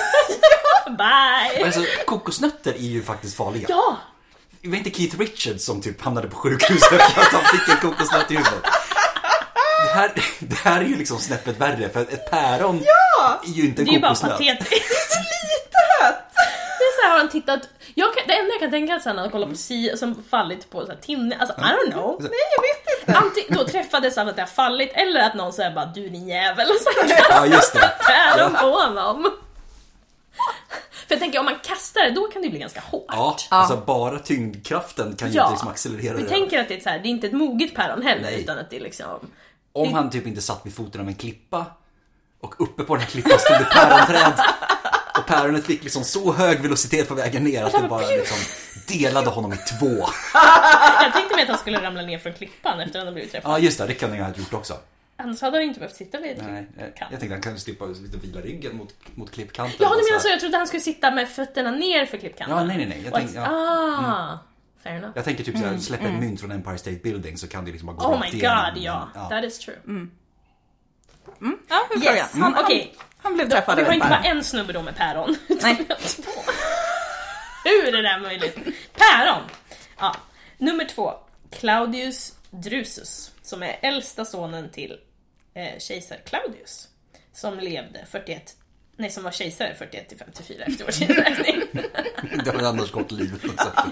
Bye. Alltså, kokosnötter är ju faktiskt farliga. Ja. Det var inte Keith Richards som typ hamnade på sjukhus för att han fick en kokosnöt i huvudet. Det här är ju liksom snäppet värre, för att ett päron är ju inte en kokosnöt. Det är ju bara patetiskt. Det är så här, har han tittat. Det enda jag kan tänka är när han kollar på som fallit på så här tinne. Alltså, I don't know. Nej, jag vet inte. Då träffades av att det har fallit, eller att någon säger bara, du din jävel, och så ja, just det. päron på honom. För jag tänker, om man kastar det, då kan det bli ganska hårt. Ja, alltså bara tyngdkraften kan ju inte liksom accelerera det. Vi tänker att det är så här, det är inte ett moget päron heller. Nej. Utan att det är liksom... Om han typ inte satt vid foten av en klippa och uppe på den här klippan stod ett päronträd och päronet fick liksom så hög velocitet på vägen ner att det bara liksom delade honom i 2. Jag tänkte mig att han skulle ramla ner från klippan efter att han hade blivit träffad. Ja, just det kan jag ha gjort också. Annars hade han inte behövt sitta vid jag tänkte han kan slippa lite vila ryggen mot klippkanten. Ja, du menar så. Jag trodde han skulle sitta med fötterna ner för klippkanten. Ja, nej. Fair enough. Jag tänker typ såhär, släppa ett mynt från Empire State Building så kan det liksom bara gå oh rakt my igenom. god, ja. That is true. Ja, vi börjar. Okej. Han blev träffad. Vi har inte bara en snubbe då med päron. Nej. Hur är det där möjligt? Päron. Ja. Nummer 2. Claudius Drusus, som är äldsta sonen till kejsar Claudius, som levde som var kejsare 41 till 54 efter vår tideräkning. Det var annars gott liv.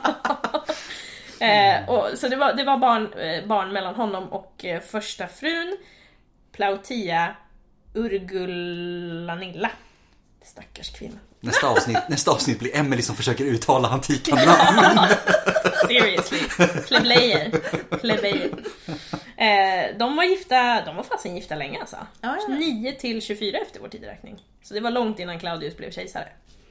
Så det var barn mellan honom och första frun Plautia Urgulanilla. Stackars kvinna. Nästa avsnitt blir Emily som försöker uttala antika namn. Seriously. Plebejer. De var fasen gifta länge alltså. 9 till 24 efter vår tideräkning. Så det var långt innan Claudius blev kejsare.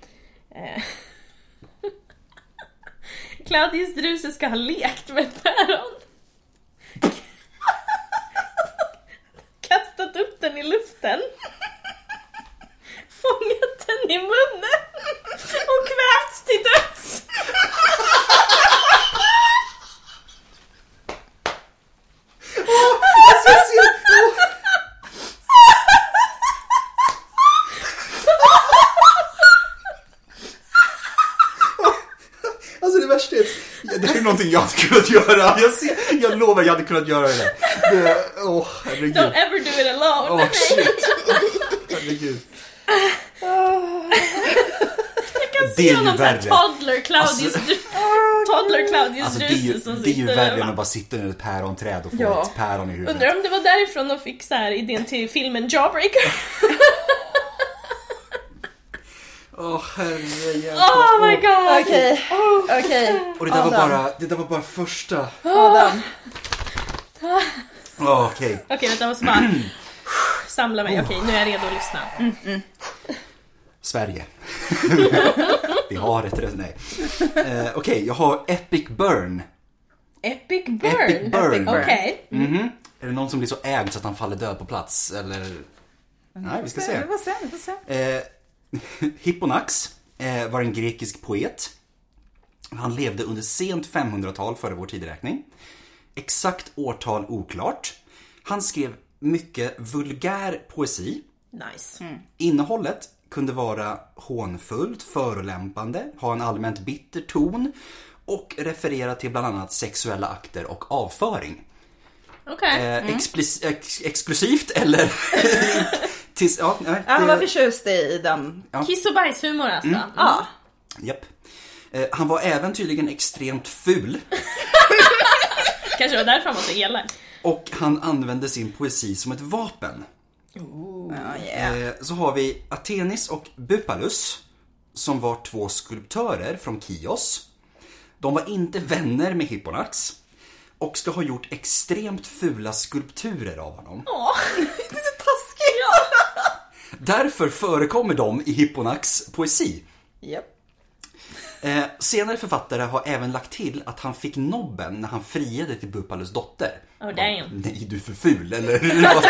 Claudius Drusus ska ha lekt med ett päron. Kastat upp den i luften. Fångat den i munnen och kvävts till döds. Alltså det värsta är det här är någonting jag hade kunnat göra. Jag lovar jag hade kunnat göra det. Herregud. Don't ever do it alone. Shit. Herregud. Jag kan se honom såhär toddler Claudius alltså, Drusus som det är ju värre än att bara sitta under ett päronträd och få ett päron i huvudet. Undrar om det var därifrån de fick så här idén till filmen Jawbreaker. herre. Oh my god. Okej. Och det där var bara första. Adam. Okej. Okej, vänta, jag måste bara samla mig. Okej, nu är jag redo att lyssna. Sverige. Vi har ett rätt. Nej. Okej, jag har Epic Burn. Epic Burn? Okej. Är det någon som blir så ägd så att han faller död på plats? Eller... Nej, vi ska se. Vi får se. Hipponax var en grekisk poet. Han levde under sent 500-tal före vår tideräkning. Exakt årtal oklart. Han skrev mycket vulgär poesi. Nice. Innehållet kunde vara hånfullt, förolämpande, ha en allmänt bitter ton och referera till bland annat sexuella akter och avföring. Exklusivt eller... Han var förtjust i den. Kiss och bajshumor alltså. Japp. Han var även tydligen extremt ful. Kanske var därför han var så elak. Och han använde sin poesi som ett vapen. Så har vi Athenis och Bupalus, som var 2 skulptörer från Chios. De var inte vänner med Hipponax och ska ha gjort extremt fula skulpturer av honom. Det är så taskigt. Därför förekommer de i Hipponax poesi. Japp. Senare författare har även lagt till att han fick nobben när han friade till Bupalus dotter. Oh damn. Nej, du är för ful, eller?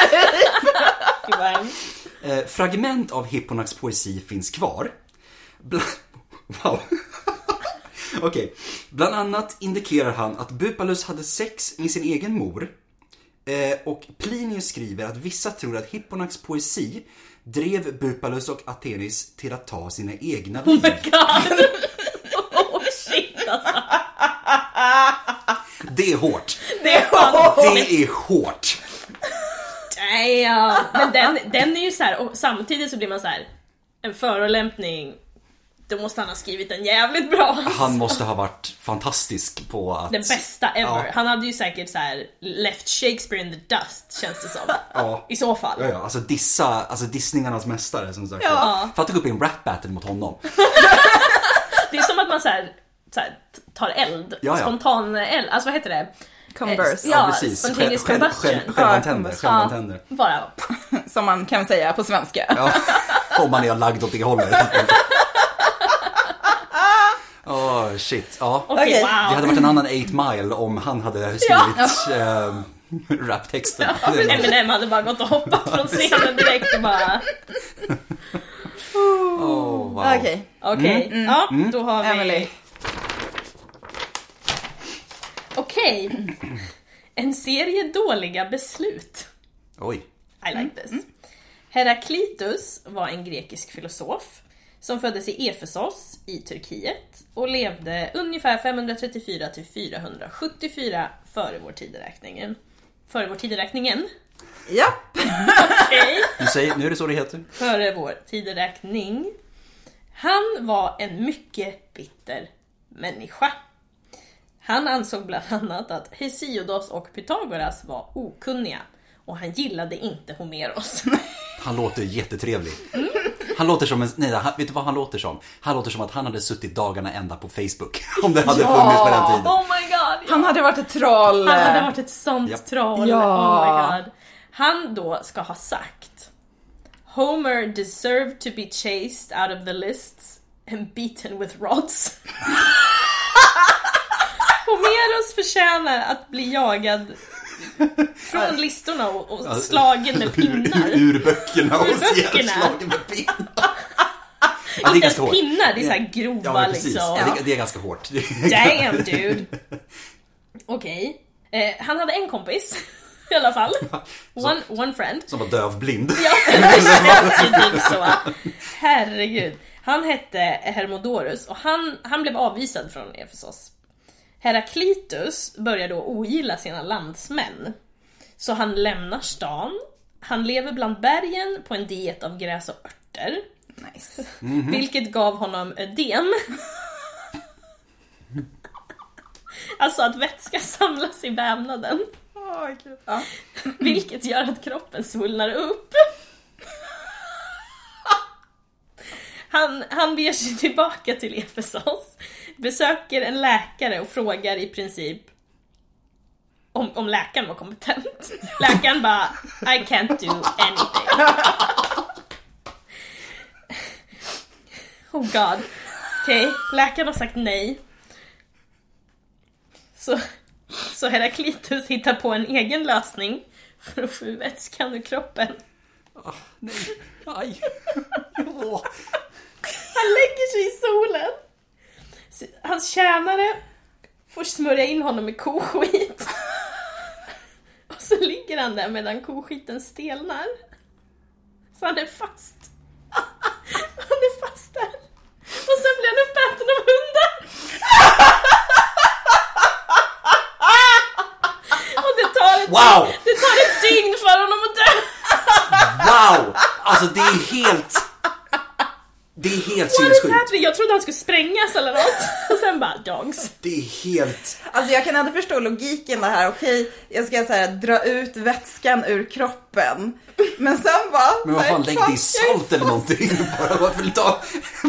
Fragment av Hipponax poesi finns kvar. Wow. Okej. Bland annat indikerar han att Bupalus hade sex med sin egen mor. Och Plinius skriver att vissa tror att Hipponax poesi drev Bupalus och Athenis till att ta sina egna liv. Oh my god. Oh shit alltså. Det är hårt. Det är hårt. Damn. Men den är ju så här, och samtidigt så blir man så här, en förolämpning. Då måste han ha skrivit en jävligt bra. Han måste ha varit fantastisk på att... Den bästa ever. Ja. Han hade ju säkert så här left Shakespeare in the dust, känns det som. Ja. I så fall. Ja, alltså dissningarnas mästare som sagt. Ja. För att gå upp i en rap battle mot honom. Det är som att man så här tar eld. Spontan eld. Alltså vad heter det? Combust. Ja, spontaneous combustion. Självantänder. Bara. Som man kan säga på svenska. Ja, om man är lagd åt det hållet. Shit. Ja. Okay, wow. Det hade varit en annan 8 Mile om han hade skrivit raptexten. Ja, Eminem hade bara gått och hoppat från scenen direkt och bara... Wow. Okej. Ja, då har vi... Emily. Okej. En serie dåliga beslut. Oj. I like this. Heraklitus var en grekisk filosof som föddes i Efesos i Turkiet och levde ungefär 534 till 474 före vår tideräkningen. Före vår tideräkningen? Japp. Okej. Nu är det så det heter. Före vår tideräkning. Han var en mycket bitter människa. Han ansåg bland annat att Hesiodos och Pythagoras var okunniga och han gillade inte Homeros. Han låter jättetrevlig. Han låter som en... Nej, vet du vad han låter som? Han låter som att han hade suttit dagarna ända på Facebook. Om det hade funnits på den tiden. Oh my god. Ja. Han hade varit ett troll. Han hade varit ett sånt troll. Ja. Oh my god. Han då ska ha sagt: Homer deserved to be chased out of the lists and beaten with rods. Homeros förtjänar att bli jagad från listorna och slagen med pinnar. Ur böckerna och slagen med pinnar. Ja, inte ens pinnar, det är så här grova liksom. Ja, det är ganska hårt. Damn dude. Okej. Han hade en kompis i alla fall. One friend. Som var dövblind. Ja, det känns ju typ så. Herregud. Han hette Hermodorus och han blev avvisad från Efesos. Heraklitus börjar då ogilla sina landsmän. Så han lämnar stan. Han lever bland bergen på en diet av gräs och örter. Nice. Vilket gav honom ödem. Alltså att vätska samlas i vävnaden. Ja. Vilket gör att kroppen svullnar upp. Han beger sig tillbaka till Efesos, besöker en läkare och frågar i princip om läkaren var kompetent. Läkaren bara, I can't do anything. Oh god. Okej, läkaren har sagt nej. Så Heraklitus hittar på en egen lösning för att få vätskan ur kroppen. Nej, aj. Han lägger sig i solen. Hans tjänare får smörja in honom med koskit. Och så ligger han där medan koskiten stelnar. Så han är fast. Han är fast där. Och sen blir han uppäten av hundar. Och det tar ett dygn för honom att dö. Wow! Alltså det är helt sinnessjukt. Jag trodde han skulle sprängas eller något. Och sen bara, dogs. Det är helt... Alltså jag kan ändå förstå logiken det här. Okej, jag ska så här, dra ut vätskan ur kroppen. Men sen bara... Men vad fan, lägg det i salt eller någonting. Bara varför ta...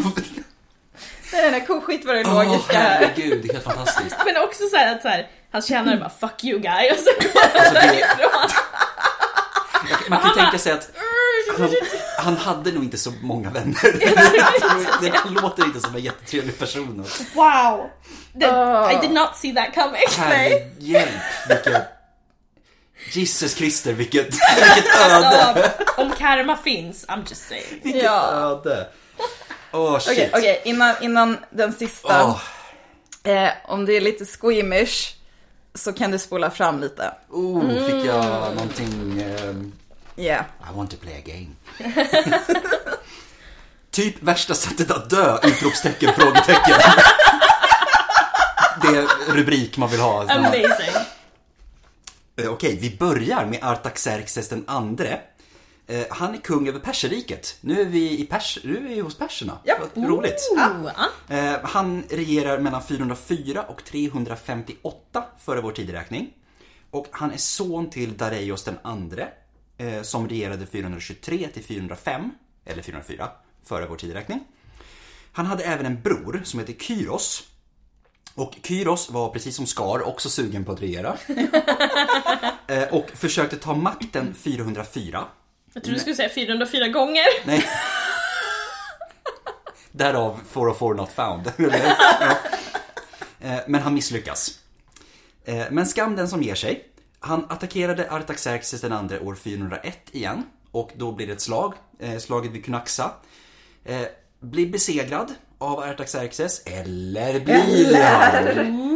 Nej, koskit var det logiska här. Herregud, det är helt fantastiskt. Men också så här att han tjänar bara, fuck you guy. Och så går han därifrån. Man kan tänka sig att han hade nog inte så många vänner. Det låter inte som en jättetrevlig person. Wow. I did not see that coming. Hjälp, vilket... Jesus Christer, vilket öde. Alltså, om karma finns, I'm just saying. Vilket öde. Okej, innan den sista. Om det är lite squeamish så kan du spola fram lite. Fick jag någonting... Yeah. I want to play a game. Typ värsta sättet att dö, utropstecken, frågetecken. Det är rubrik man vill ha. Amazing. Okej, vi börjar med Artaxerxes den andre. Han är kung över Perserriket. Nu är vi hos perserna. Ja. Roligt. Han regerar mellan 404 och 358 före vår tideräkning. Och han är son till Dareios den andre, som regerade 423 till 405 eller 404 före vår tideräkning. Han hade även en bror som heter Kyros. Och Kyros var precis som Skar också sugen på att regera. Och försökte ta makten 404. Jag tror du skulle säga 404 gånger. Nej. Därav 404 not found. Men han misslyckas. Men skam den som ger sig. Han attackerade Artaxerxes den andra år 401 igen. Och då blir det ett slag. Slaget vid Cunaxa. Blir besegrad av Artaxerxes. Eller blir han?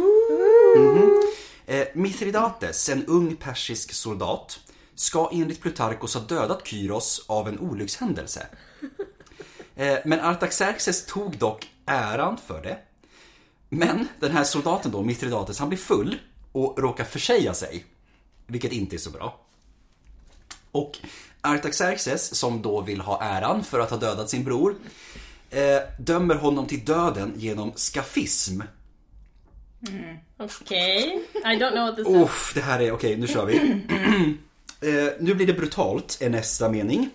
Mithridates, en ung persisk soldat, ska enligt Plutarkos ha dödat Kyros av en olyckshändelse. Men Artaxerxes tog dock äran för det. Men den här soldaten då, Mithridates, han blir full och råkar försäga sig. Vilket inte är så bra. Och Artaxerxes, som då vill ha äran för att ha dödat sin bror, dömer honom till döden genom skafism. Okej. I don't know what this is. Det här är okej, nu kör vi. Nu blir det brutalt, är nästa mening.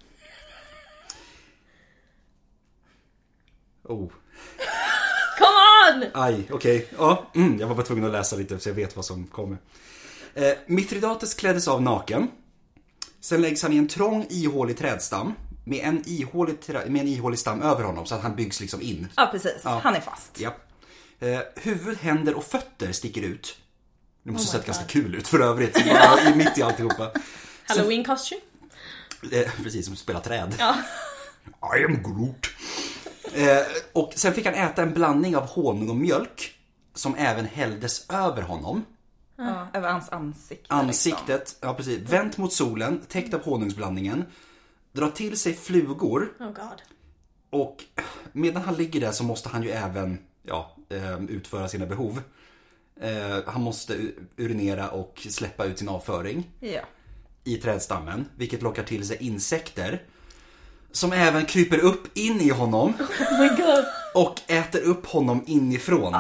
Come on! Aj, okej. Jag var bara tvungen att läsa lite så jag vet vad som kommer. Mithridates kläddes av naken. Sen läggs han i en trång ihålig trädstam med en ihålig stam över honom så att han byggs liksom in. Ja, precis. Han är fast. Ja. Huvud, händer och fötter sticker ut. Det måste sett ganska kul ut för övrigt. Mitt i alltihopa. Halloween costume. Precis, som spelar träd. Ja. I am Groot. Och sen fick han äta en blandning av honung och mjölk som även hälldes över honom. Ja, över hans ansikte. Ansiktet, liksom. ja precis. Vänt mot solen, täckt av honungsblandningen. Drar till sig flugor. Oh god. Och medan han ligger där så måste han ju även utföra sina behov. Han måste urinera och släppa ut sin avföring i trädstammen, vilket lockar till sig insekter som även kryper upp in i honom. Oh my god. Och äter upp honom inifrån.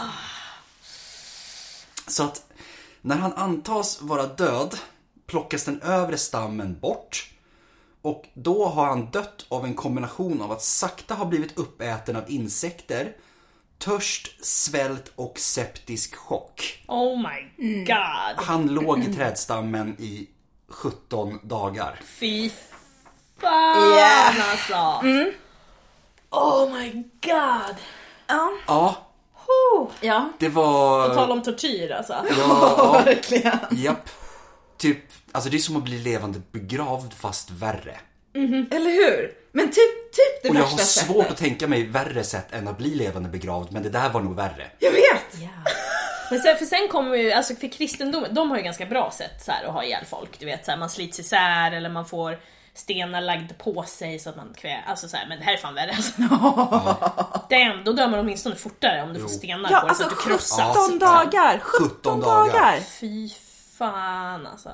Så att när han antas vara död plockas den övre stammen bort Och då har han dött av en kombination av att sakta ha blivit uppäten av insekter, törst, svält och septisk chock. Oh my god. Han låg i trädstammen i 17 dagar. Fy fan alltså. Oh my god. Ja. Ja. Det var... På tal om tortyr alltså. Ja, verkligen. Japp. Typ, alltså det är som att bli levande begravd fast värre. Eller hur? Men typ det Och jag värsta har sättet. svårt att tänka mig värre sätt än att bli levande begravd. Men det där var nog värre. Jag vet! Ja. Men sen kommer ju, alltså för kristendomen, de har ju ganska bra sätt så här, att ha ihjäl folk. Du vet, så här, man slits isär eller man får stenar lagda på sig så att man alltså så här, men det här är fan värre alltså. Damn, då dör man åtminstone fortare om du får stenar på dig så att du krossas. 17 dagar! 17 dagar! Fy fan alltså.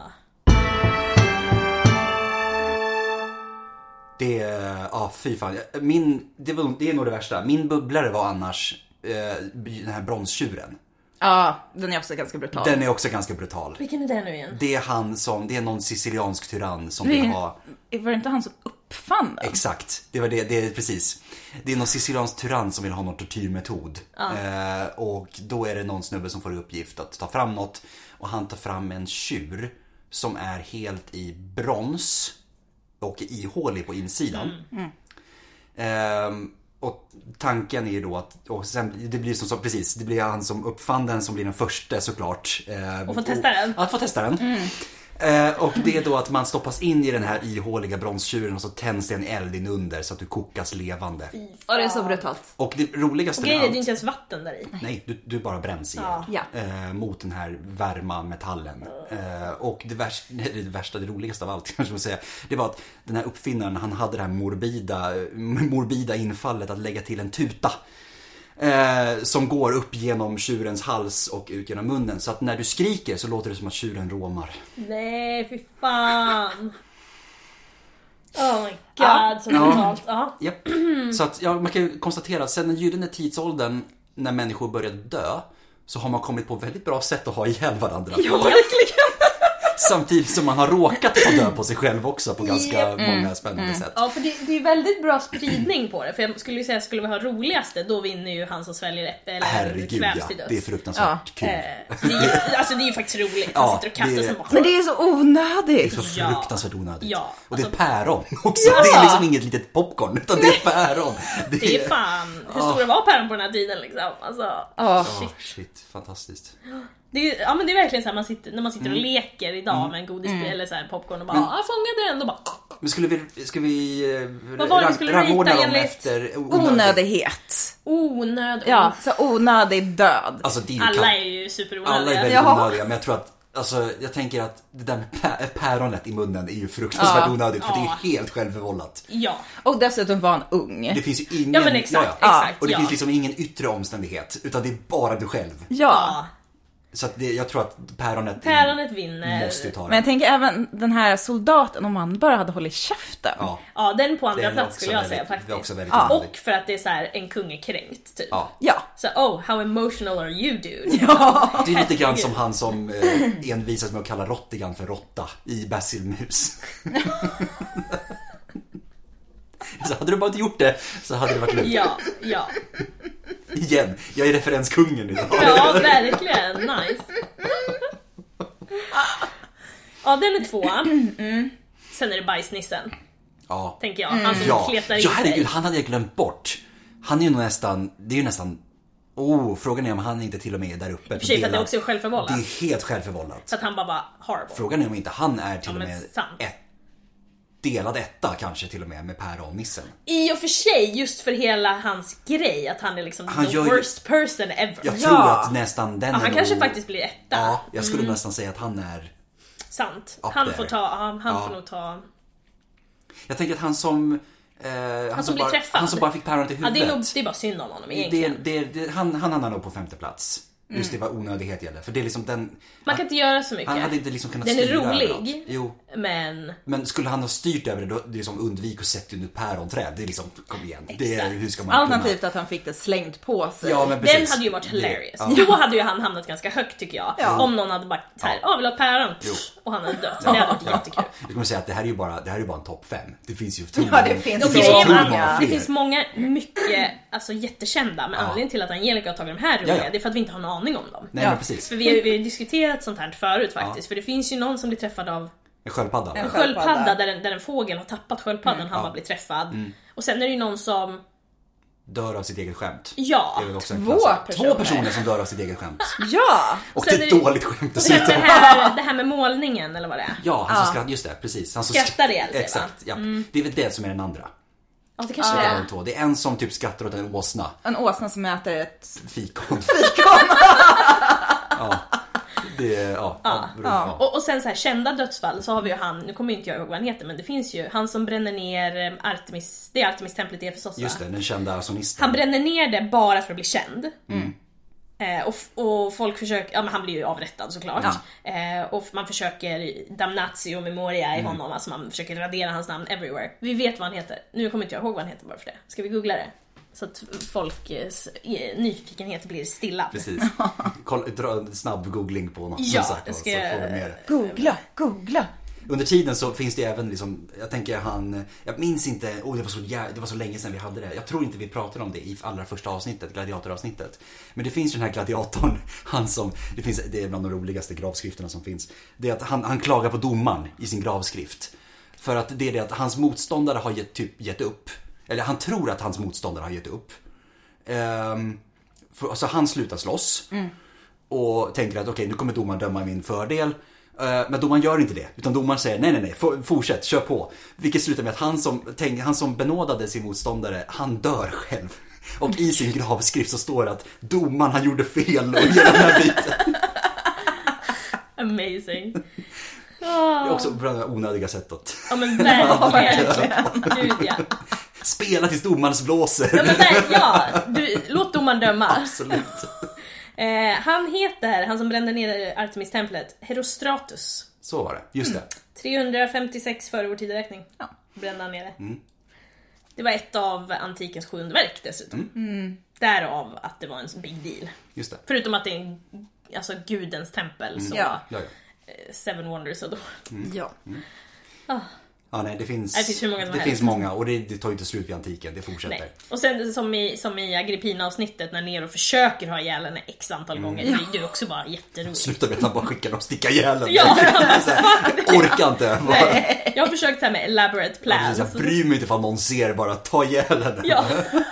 Fy fan. Det är nog det värsta. Min bubblare var annars den här bronstjuren. Ja, den är också ganska brutal. Den är också ganska brutal. Vilken är det nu igen? Det är någon siciliansk tyrann som vill ha... Var det inte han som uppfann den? Exakt, det är precis. Det är någon siciliansk tyrann som vill ha någon tortyrmetod. Och då är det någon snubbe som får i uppgift att ta fram något. Och han tar fram en tjur som är helt i brons och ihålig på insidan. Och tanken är ju då att det blir han som uppfann den som blir den första såklart. Och få testa den. Att få testa den. Och det är då att man stoppas in i den här ihåliga bronstjuren och så tänds det en eld inunder så att du kokas levande. Ja, det är så brutalt. Och det roligaste med allt... det är inte ens vatten där i. Nej, du bara bränns igen. Mot den här varma metallen. Och det roligaste av allt kanske man säga, det var att den här uppfinnaren, han hade det här morbida infallet att lägga till en tuta. Som går upp genom tjurens hals och ut genom munnen. Så att när du skriker så låter det som att tjuren råmar. Nej, fy fan. Oh my god, så brutalt. Japp. Så att man kan ju konstatera att sen den gyllene tidsåldern, när människor började dö, så har man kommit på väldigt bra sätt att ha ihjäl varandra. Ja, verkligen. Samtidigt som man har råkat att dö på sig själv också på ganska många spännande sätt. Ja, för det är väldigt bra spridning på det. För jag skulle ju säga, skulle vi ha roligaste, då vinner ju han som sväljer äpple eller kvävs till döds. Det är fruktansvärt kul. Det är ju faktiskt roligt. Han sitter och kastar sig. Men det är så onödigt. Det är så fruktansvärt onödigt. Ja, och det är päron också. Det är liksom inget litet popcorn, utan det är päron. Det är fan, hur stora var päron på den här tiden liksom? Alltså, shit, fantastiskt. Det är, men det är verkligen så här, när man sitter och leker idag med en godis eller så här popcorn och bara fångade den och bara. Men ska vi rangordna dem efter onödighet. Ja, så onödig död. Alltså, alla är ju superonödiga. Alla är väldigt onödiga, men jag tror att jag tänker att det där med päronet i munnen är ju fruktansvärt onödigt, för det är helt självförvållat. Ja. Och dessutom var han ung. Det finns ju ingen... Ja, men exakt. Och det finns liksom ingen yttre omständighet, utan det är bara du själv. Ja. Så att jag tror att päronet vinner. Måste ta det. Men jag tänker även den här soldaten, om han bara hade hållit käften. Ja, den på andra plats skulle jag säga faktiskt. Också och för att det är så här, en kung är kränkt typ. Ja. Så how emotional are you, dude? Ja. Det är lite grann som han som envisas med att kalla Rottigan för råtta i Basilmus. Så hade du bara inte gjort det, så hade det varit lugnt. Ja. Igen, jag är referenskungen idag. Ja, verkligen, nice. Ja, den är 2. Sen är det bajsnissen. Ja. Tänker jag, han som kletar in sig. Herregud, han hade jag glömt bort. Han är ju nästan, det är ju nästan... frågan är om han inte till och med är där uppe. För att det också är självförvållat. Det är helt självförvållat. Så att han bara horrible. Frågan är om inte han är till och med delad etta kanske till och med päronnissen. I och för sig, just för hela hans grej, att han är liksom the worst person ever. Jag tror att nästan den han kanske faktiskt blir etta. Ja, jag skulle nästan säga att han är sant. Han får nog ta. Jag tänker att han som blir träffad. Han som bara fick päronet i huvudet. Det är bara synd om honom egentligen. Han hamnar nog på 5:e plats. Just det var onödighet gäller. För det är liksom den... Man kan inte göra så mycket. Han hade inte liksom kunnat den är styra rolig. Jo. Men skulle han ha styrt över det, då det är som undvik och sätta under päronträd. Det är liksom, kom igen. Det, hur ska man alternativt att han fick det slängt på sig. Ja, men precis. Den hade ju varit hilarious. Då hade ju han hamnat ganska högt tycker jag. Om någon hade bara såhär, vill ha ett päron. Och han hade dött. Det hade varit jättekul. Jag kommer säga att det här är ju bara en topp 5. Det finns ju det finns många mycket alltså, jättekända. Men anledningen till att Angelica har tagit de här roliga, det är för att vi inte har en aning om dem. Nej, men precis. För vi har diskuterat sånt här förut faktiskt. För det finns ju någon som blir träffad av en sköldpadda. En sköldpadda där en fågel har tappat sköldpaddan. Han bara blir träffad. Och sen är det ju någon som dör av sitt eget skämt. Ja, det är väl också två personer som dör av sitt eget skämt. Ja. Och det är ett dåligt skämt. Och sen det här med målningen eller vad det är. Ja, han som skrattar, just det, precis. Han som skrattar ihjäl sig. Exakt, ja. Det är väl det som är den andra. Ja, det kanske är. Det är en som typ skrattar åt en åsna. En åsna som äter ett fikon. Och sen så här kända dödsfall så har vi ju han, nu kommer inte jag ihåg vad han heter, men det finns ju han som bränner ner Artemis, det är Artemis-templet i Efesos. Just det, den kända arsonisten. Han bränner ner det bara för att bli känd. Och folk försöker, men han blir ju avrättad såklart. Och man försöker damnatio memoria i honom, alltså man försöker radera hans namn everywhere. Vi vet vad han heter. Nu kommer inte jag ihåg vad han heter bara för det. Ska vi googla det? Så att folks nyfikenhet blir stilla. Precis. Dra en snabb googling på något. Ja, sagt, så får vi Googla. Under tiden så finns det även liksom, jag tänker jag minns inte, det var så länge sedan vi hade det. Jag tror inte vi pratade om det i allra första avsnittet, gladiatoravsnittet. Men det finns ju den här gladiatorn, det är bland de roligaste gravskrifterna som finns. Det är att han klagar på domaren i sin gravskrift. För att det är det att hans motståndare har gett upp. Eller han tror att hans motståndare har gett upp. Så han slutar slåss. Och tänker att okej, nu kommer domaren döma i min fördel. Men domaren gör inte det. Utan domaren säger nej, fortsätt, kör på. Vilket slutar med att han som benådade sin motståndare, han dör själv. Och i sin gravskrift så står det att domaren, han gjorde fel och hela den här biten. Amazing. Det är också på det onödiga sättet. Ja men verkligen. Gud ja. Spela tills domaren blåser. Låt domaren döma. Absolut. Han som brände ner Artemis-templet, Herostratus. Så var det, just det. 356 före vår tideräkning. Brände han ner det. Det var ett av antikens 7 underverk dessutom. Därav att det var en big deal. Just det. Förutom att det är alltså gudens tempel. Så Seven Wonders och då. Ja, nej, det finns många och det tar ju inte slut vid antiken, det fortsätter. Nej. Och sen som i Agrippina-avsnittet när Nero försöker ha ihjäl henne x antal gånger, det är också bara jätteroligt. Sluta med att han bara skickar och sticka ihjäl henne. Ja, jag orkar inte. Nej, jag har försökt här med elaborate plans. Jag bryr mig inte ifall någon ser, bara ta ihjäl henne. Ja.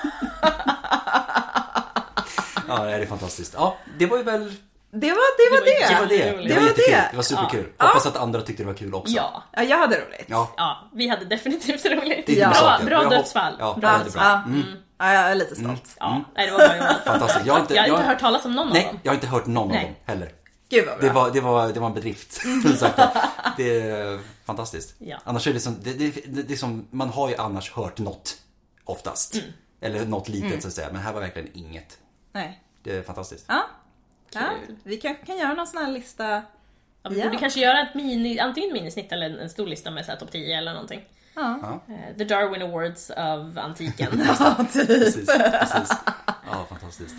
Ja, det är fantastiskt. Ja, det var ju väl... Det var det. Det var superkul. Hoppas att andra tyckte det var kul också. Ja, jag hade roligt. Ja, vi hade definitivt roligt. Bra dödsfall. Ja, jag är lite stolt. Det var bra. Fantastiskt. Jag har inte hört talas om någon av dem. Jag har inte hört någon av dem heller. Gud vad bra. Det var en bedrift. Det är fantastiskt. Annars är det som man har ju annars hört något oftast. Eller något litet så att säga, men här var verkligen inget. Nej. Det är fantastiskt. Ja, vi kanske kan göra någon sån här lista. Vi borde kanske göra antingen minisnitt eller en stor lista med så här topp 10 eller någonting. The Darwin Awards of antiken. Precis. Ja, fantastiskt.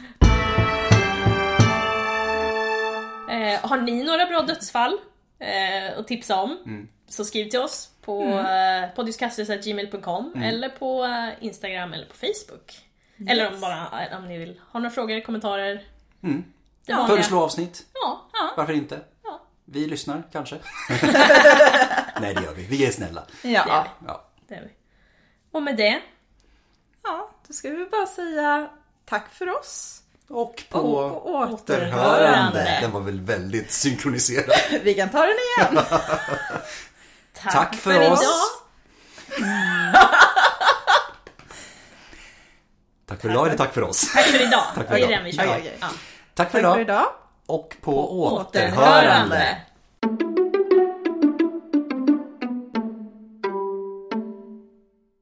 Har ni några bra dödsfall att tipsa om? Så skriv till oss på podiuskastus@gmail.com eller på Instagram eller på Facebook. Eller om ni vill ha några frågor, kommentarer. Föreslå avsnitt. Varför inte? Vi lyssnar kanske. Nej, det gör vi. Vi är snälla. Ja. Det är vi. Och med det. Då ska vi bara säga tack för oss. Och på återhörande. Den var väl väldigt synkroniserad. Vi kan ta den igen. Tack för oss. Tack för idag eller tack för oss? Tack för idag. Det är den vi kör. Tack för idag. Och på återhörande.